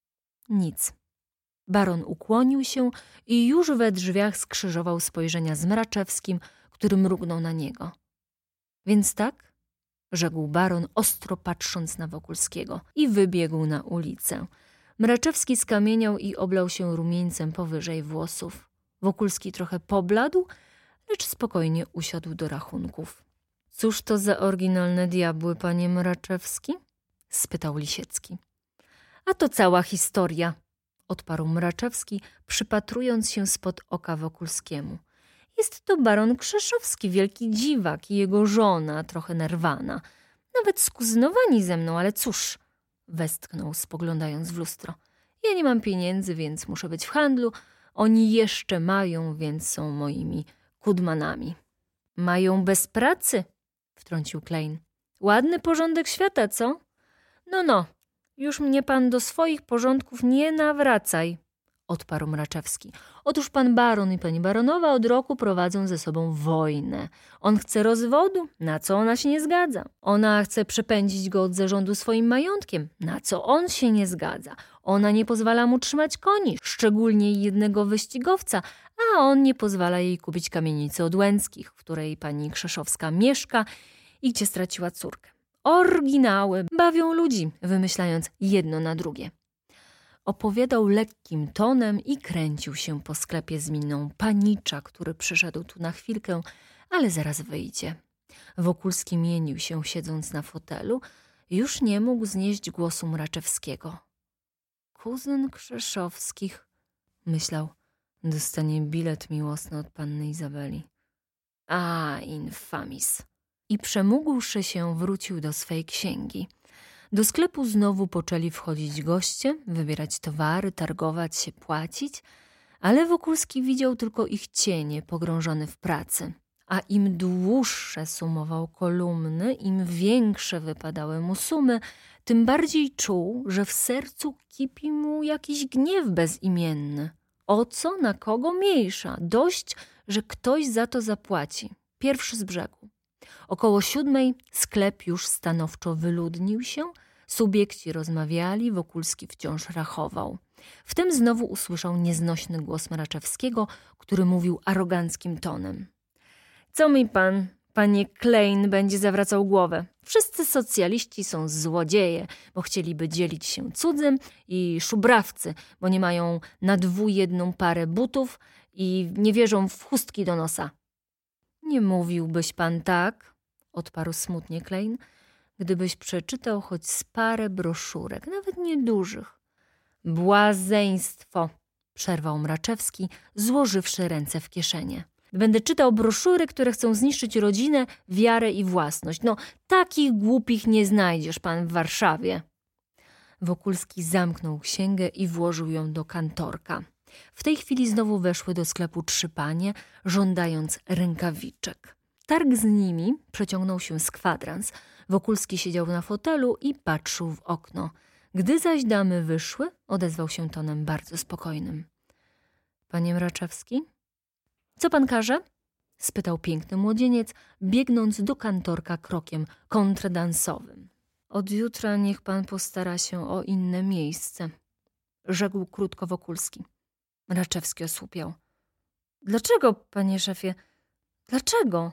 Nic. Baron ukłonił się i już we drzwiach skrzyżował spojrzenia z Mraczewskim, który mrugnął na niego. Więc tak? Rzekł baron, ostro patrząc na Wokulskiego i wybiegł na ulicę. Mraczewski skamieniał i oblał się rumieńcem powyżej włosów. Wokulski trochę pobladł, lecz spokojnie usiadł do rachunków. Cóż to za oryginalne diabły, panie Mraczewski? Spytał Lisiecki. A to cała historia, odparł Mraczewski, przypatrując się spod oka Wokulskiemu. Jest to baron Krzeszowski, wielki dziwak i jego żona, trochę nerwana. Nawet skuzynowani ze mną, ale cóż, westchnął, spoglądając w lustro. Ja nie mam pieniędzy, więc muszę być w handlu. Oni jeszcze mają, więc są moimi kudmanami. Mają bez pracy, wtrącił Klein. Ładny porządek świata, co? No, już mnie pan do swoich porządków nie nawracaj, odparł Mraczewski. Otóż pan baron i pani baronowa od roku prowadzą ze sobą wojnę. On chce rozwodu, na co ona się nie zgadza. Ona chce przepędzić go od zarządu swoim majątkiem, na co on się nie zgadza. Ona nie pozwala mu trzymać koni, szczególnie jednego wyścigowca, a on nie pozwala jej kupić kamienicy od Łęckich, w której pani Krzeszowska mieszka i gdzie straciła córkę. Oryginały bawią ludzi, wymyślając jedno na drugie. Opowiadał lekkim tonem i kręcił się po sklepie z miną panicza, który przyszedł tu na chwilkę, ale zaraz wyjdzie. Wokulski mienił się, siedząc na fotelu, już nie mógł znieść głosu Mraczewskiego. Kuzyn Krzeszowskich, myślał, Dostanie bilet miłosny od panny Izabeli. A, infamis. I przemógłszy się, wrócił do swej księgi. Do sklepu znowu poczęli wchodzić goście, wybierać towary, targować się, płacić, ale Wokulski widział tylko ich cienie pogrążone w pracy. A im dłuższe sumował kolumny, im większe wypadały mu sumy, tym bardziej czuł, że w sercu kipi mu jakiś gniew bezimienny. O co, na kogo mniejsza? Dość, że ktoś za to zapłaci. Pierwszy z brzegu. Około 7 sklep już stanowczo wyludnił się, subiekci rozmawiali, Wokulski wciąż rachował. Wtem znowu usłyszał nieznośny głos Mraczewskiego, który mówił aroganckim tonem. Co mi pan, panie Klein, będzie zawracał głowę? Wszyscy socjaliści są złodzieje, bo chcieliby dzielić się cudzym, i szubrawcy, bo nie mają na 2 parę butów i nie wierzą w chustki do nosa. Nie mówiłbyś pan tak, odparł smutnie Klein, gdybyś przeczytał choć z parę broszurek, nawet niedużych. Błazeństwo, przerwał Mraczewski, złożywszy ręce w kieszenie. Będę czytał broszury, które chcą zniszczyć rodzinę, wiarę i własność. No, takich głupich nie znajdziesz pan w Warszawie. Wokulski zamknął księgę i włożył ją do kantorka. W tej chwili znowu weszły do sklepu 3 panie, żądając rękawiczek. Targ z nimi przeciągnął się z kwadrans. Wokulski siedział na fotelu i patrzył w okno. Gdy zaś damy wyszły, odezwał się tonem bardzo spokojnym. Panie Mraczewski? Co pan każe? Spytał piękny młodzieniec, biegnąc do kantorka krokiem kontrdansowym. Od jutra niech pan postara się o inne miejsce, rzekł krótko Wokulski. Mraczewski osłupiał. Dlaczego, panie szefie? Dlaczego?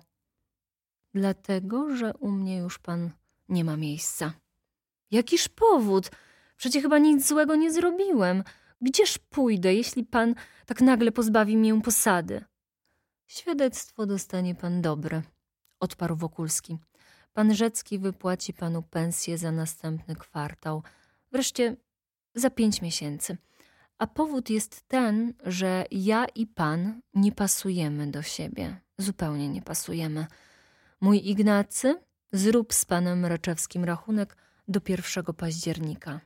Dlatego, że u mnie już pan nie ma miejsca. Jakiż powód? Przecież chyba nic złego nie zrobiłem. Gdzież pójdę, jeśli pan tak nagle pozbawi mię posady? Świadectwo dostanie pan dobre, odparł Wokulski. Pan Rzecki wypłaci panu pensję za następny kwartał, wreszcie za 5 miesięcy. A powód jest ten, że ja i pan nie pasujemy do siebie. Zupełnie nie pasujemy. Mój Ignacy, zrób z panem Mraczewskim rachunek do 1 października.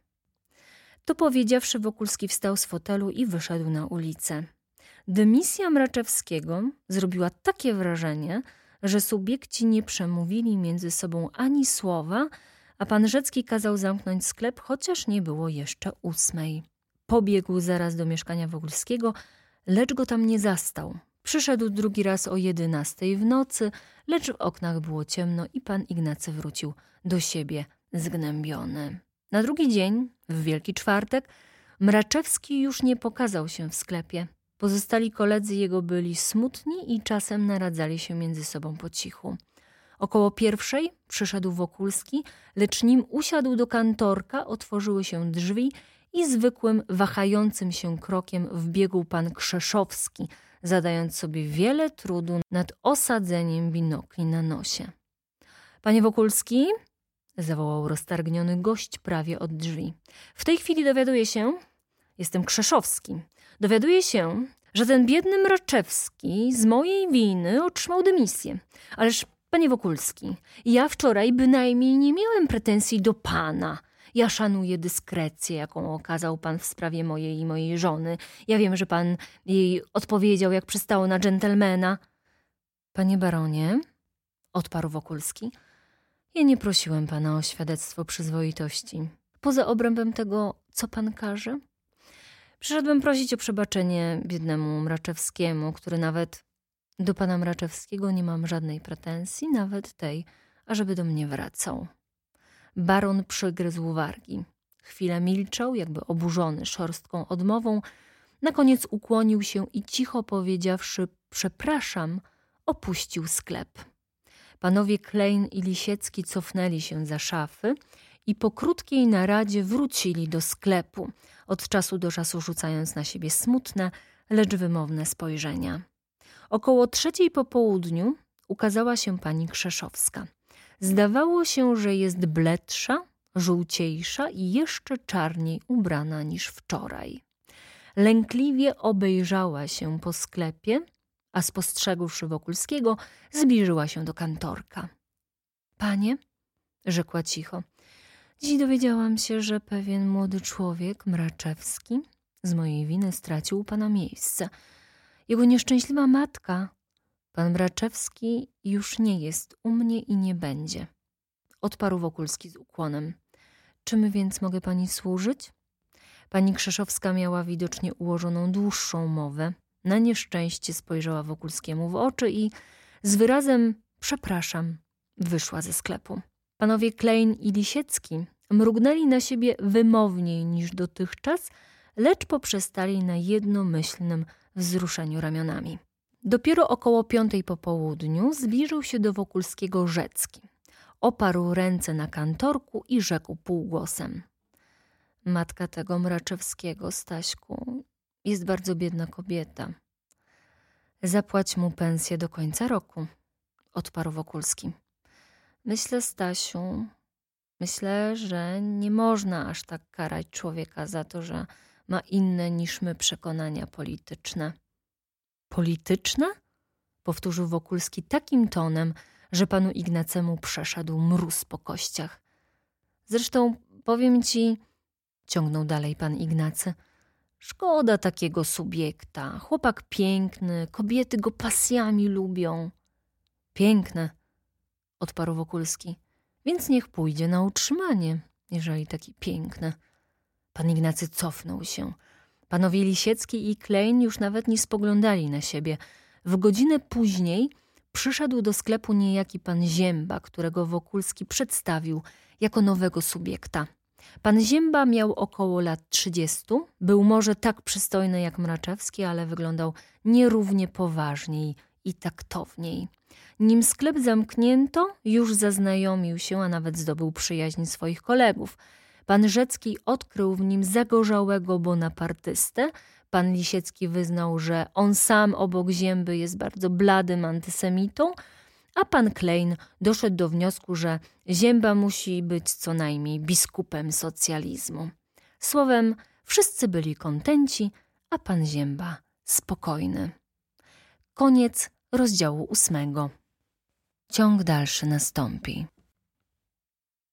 To powiedziawszy, Wokulski wstał z fotelu i wyszedł na ulicę. Dymisja Mraczewskiego zrobiła takie wrażenie, że subiekci nie przemówili między sobą ani słowa, a pan Rzecki kazał zamknąć sklep, chociaż nie było jeszcze 8. Pobiegł zaraz do mieszkania Wokulskiego, lecz go tam nie zastał. Przyszedł drugi raz o 11 w nocy, lecz w oknach było ciemno i pan Ignacy wrócił do siebie zgnębiony. Na drugi dzień, w Wielki Czwartek, Mraczewski już nie pokazał się w sklepie. Pozostali koledzy jego byli smutni i czasem naradzali się między sobą po cichu. Około 1 przyszedł Wokulski, lecz nim usiadł do kantorka, otworzyły się drzwi i zwykłym, wahającym się krokiem wbiegł pan Krzeszowski, zadając sobie wiele trudu nad osadzeniem binokli na nosie. Panie Wokulski, zawołał roztargniony gość prawie od drzwi. W tej chwili dowiaduję się, jestem Krzeszowski, dowiaduję się, że ten biedny Mraczewski z mojej winy otrzymał dymisję. Ależ, panie Wokulski, ja wczoraj bynajmniej nie miałem pretensji do pana. Ja szanuję dyskrecję, jaką okazał pan w sprawie mojej i mojej żony. Ja wiem, że pan jej odpowiedział, jak przystało na dżentelmena. Panie baronie, odparł Wokulski, ja nie prosiłem pana o świadectwo przyzwoitości. Poza obrębem tego, co pan każe, przyszedłem prosić o przebaczenie biednemu Mraczewskiemu, który nawet do pana Mraczewskiego nie mam żadnej pretensji, nawet tej, ażeby do mnie wracał. Baron przygryzł wargi. Chwilę milczał, jakby oburzony szorstką odmową. Na koniec ukłonił się i cicho powiedziawszy przepraszam, opuścił sklep. Panowie Klein i Lisiecki cofnęli się za szafy i po krótkiej naradzie wrócili do sklepu, od czasu do czasu rzucając na siebie smutne, lecz wymowne spojrzenia. Około 3 po południu ukazała się pani Krzeszowska. Zdawało się, że jest bledsza, żółciejsza i jeszcze czarniej ubrana niż wczoraj. lękliwie obejrzała się po sklepie, a spostrzegłszy Wokulskiego, zbliżyła się do kantorka. Panie, rzekła cicho, dziś dowiedziałam się, że pewien młody człowiek, Mraczewski, z mojej winy stracił u pana miejsce. Jego nieszczęśliwa matka, pan Mraczewski, już nie jest u mnie i nie będzie. Odparł Wokulski z ukłonem. Czym więc mogę pani służyć? Pani Krzeszowska miała widocznie ułożoną dłuższą mowę. Na nieszczęście spojrzała Wokulskiemu w oczy i z wyrazem przepraszam wyszła ze sklepu. Panowie Klein i Lisiecki mrugnęli na siebie wymowniej niż dotychczas, lecz poprzestali na jednomyślnym wzruszeniu ramionami. Dopiero około 5 po południu zbliżył się do Wokulskiego Rzecki. Oparł ręce na kantorku i rzekł półgłosem. Matka tego Mraczewskiego, Staśku, jest bardzo biedna kobieta. Zapłać mu pensję do końca roku, odparł Wokulski. Myślę, Stasiu, że nie można aż tak karać człowieka za to, że ma inne niż my przekonania polityczne. Polityczne? Powtórzył Wokulski takim tonem, że panu Ignacemu przeszedł mróz po kościach. Zresztą powiem ci, ciągnął dalej pan Ignacy, szkoda takiego subiekta. Chłopak piękny, kobiety go pasjami lubią. Piękne, odparł Wokulski, więc niech pójdzie na utrzymanie, jeżeli taki piękny. Pan Ignacy cofnął się. Panowie Lisiecki i Klein już nawet nie spoglądali na siebie. W godzinę później przyszedł do sklepu niejaki pan Zięba, którego Wokulski przedstawił jako nowego subiekta. Pan Zięba miał około lat 30, był może tak przystojny jak Mraczewski, ale wyglądał nierównie poważniej i taktowniej. Nim sklep zamknięto, już zaznajomił się, a nawet zdobył przyjaźń swoich kolegów. Pan Rzecki odkrył w nim zagorzałego bonapartystę. Pan Lisiecki wyznał, że on sam obok Zięby jest bardzo bladym antysemitą, a pan Klein doszedł do wniosku, że Zięba musi być co najmniej biskupem socjalizmu. Słowem, wszyscy byli kontenci, a pan Zięba spokojny. Koniec rozdziału 8. Ciąg dalszy nastąpi.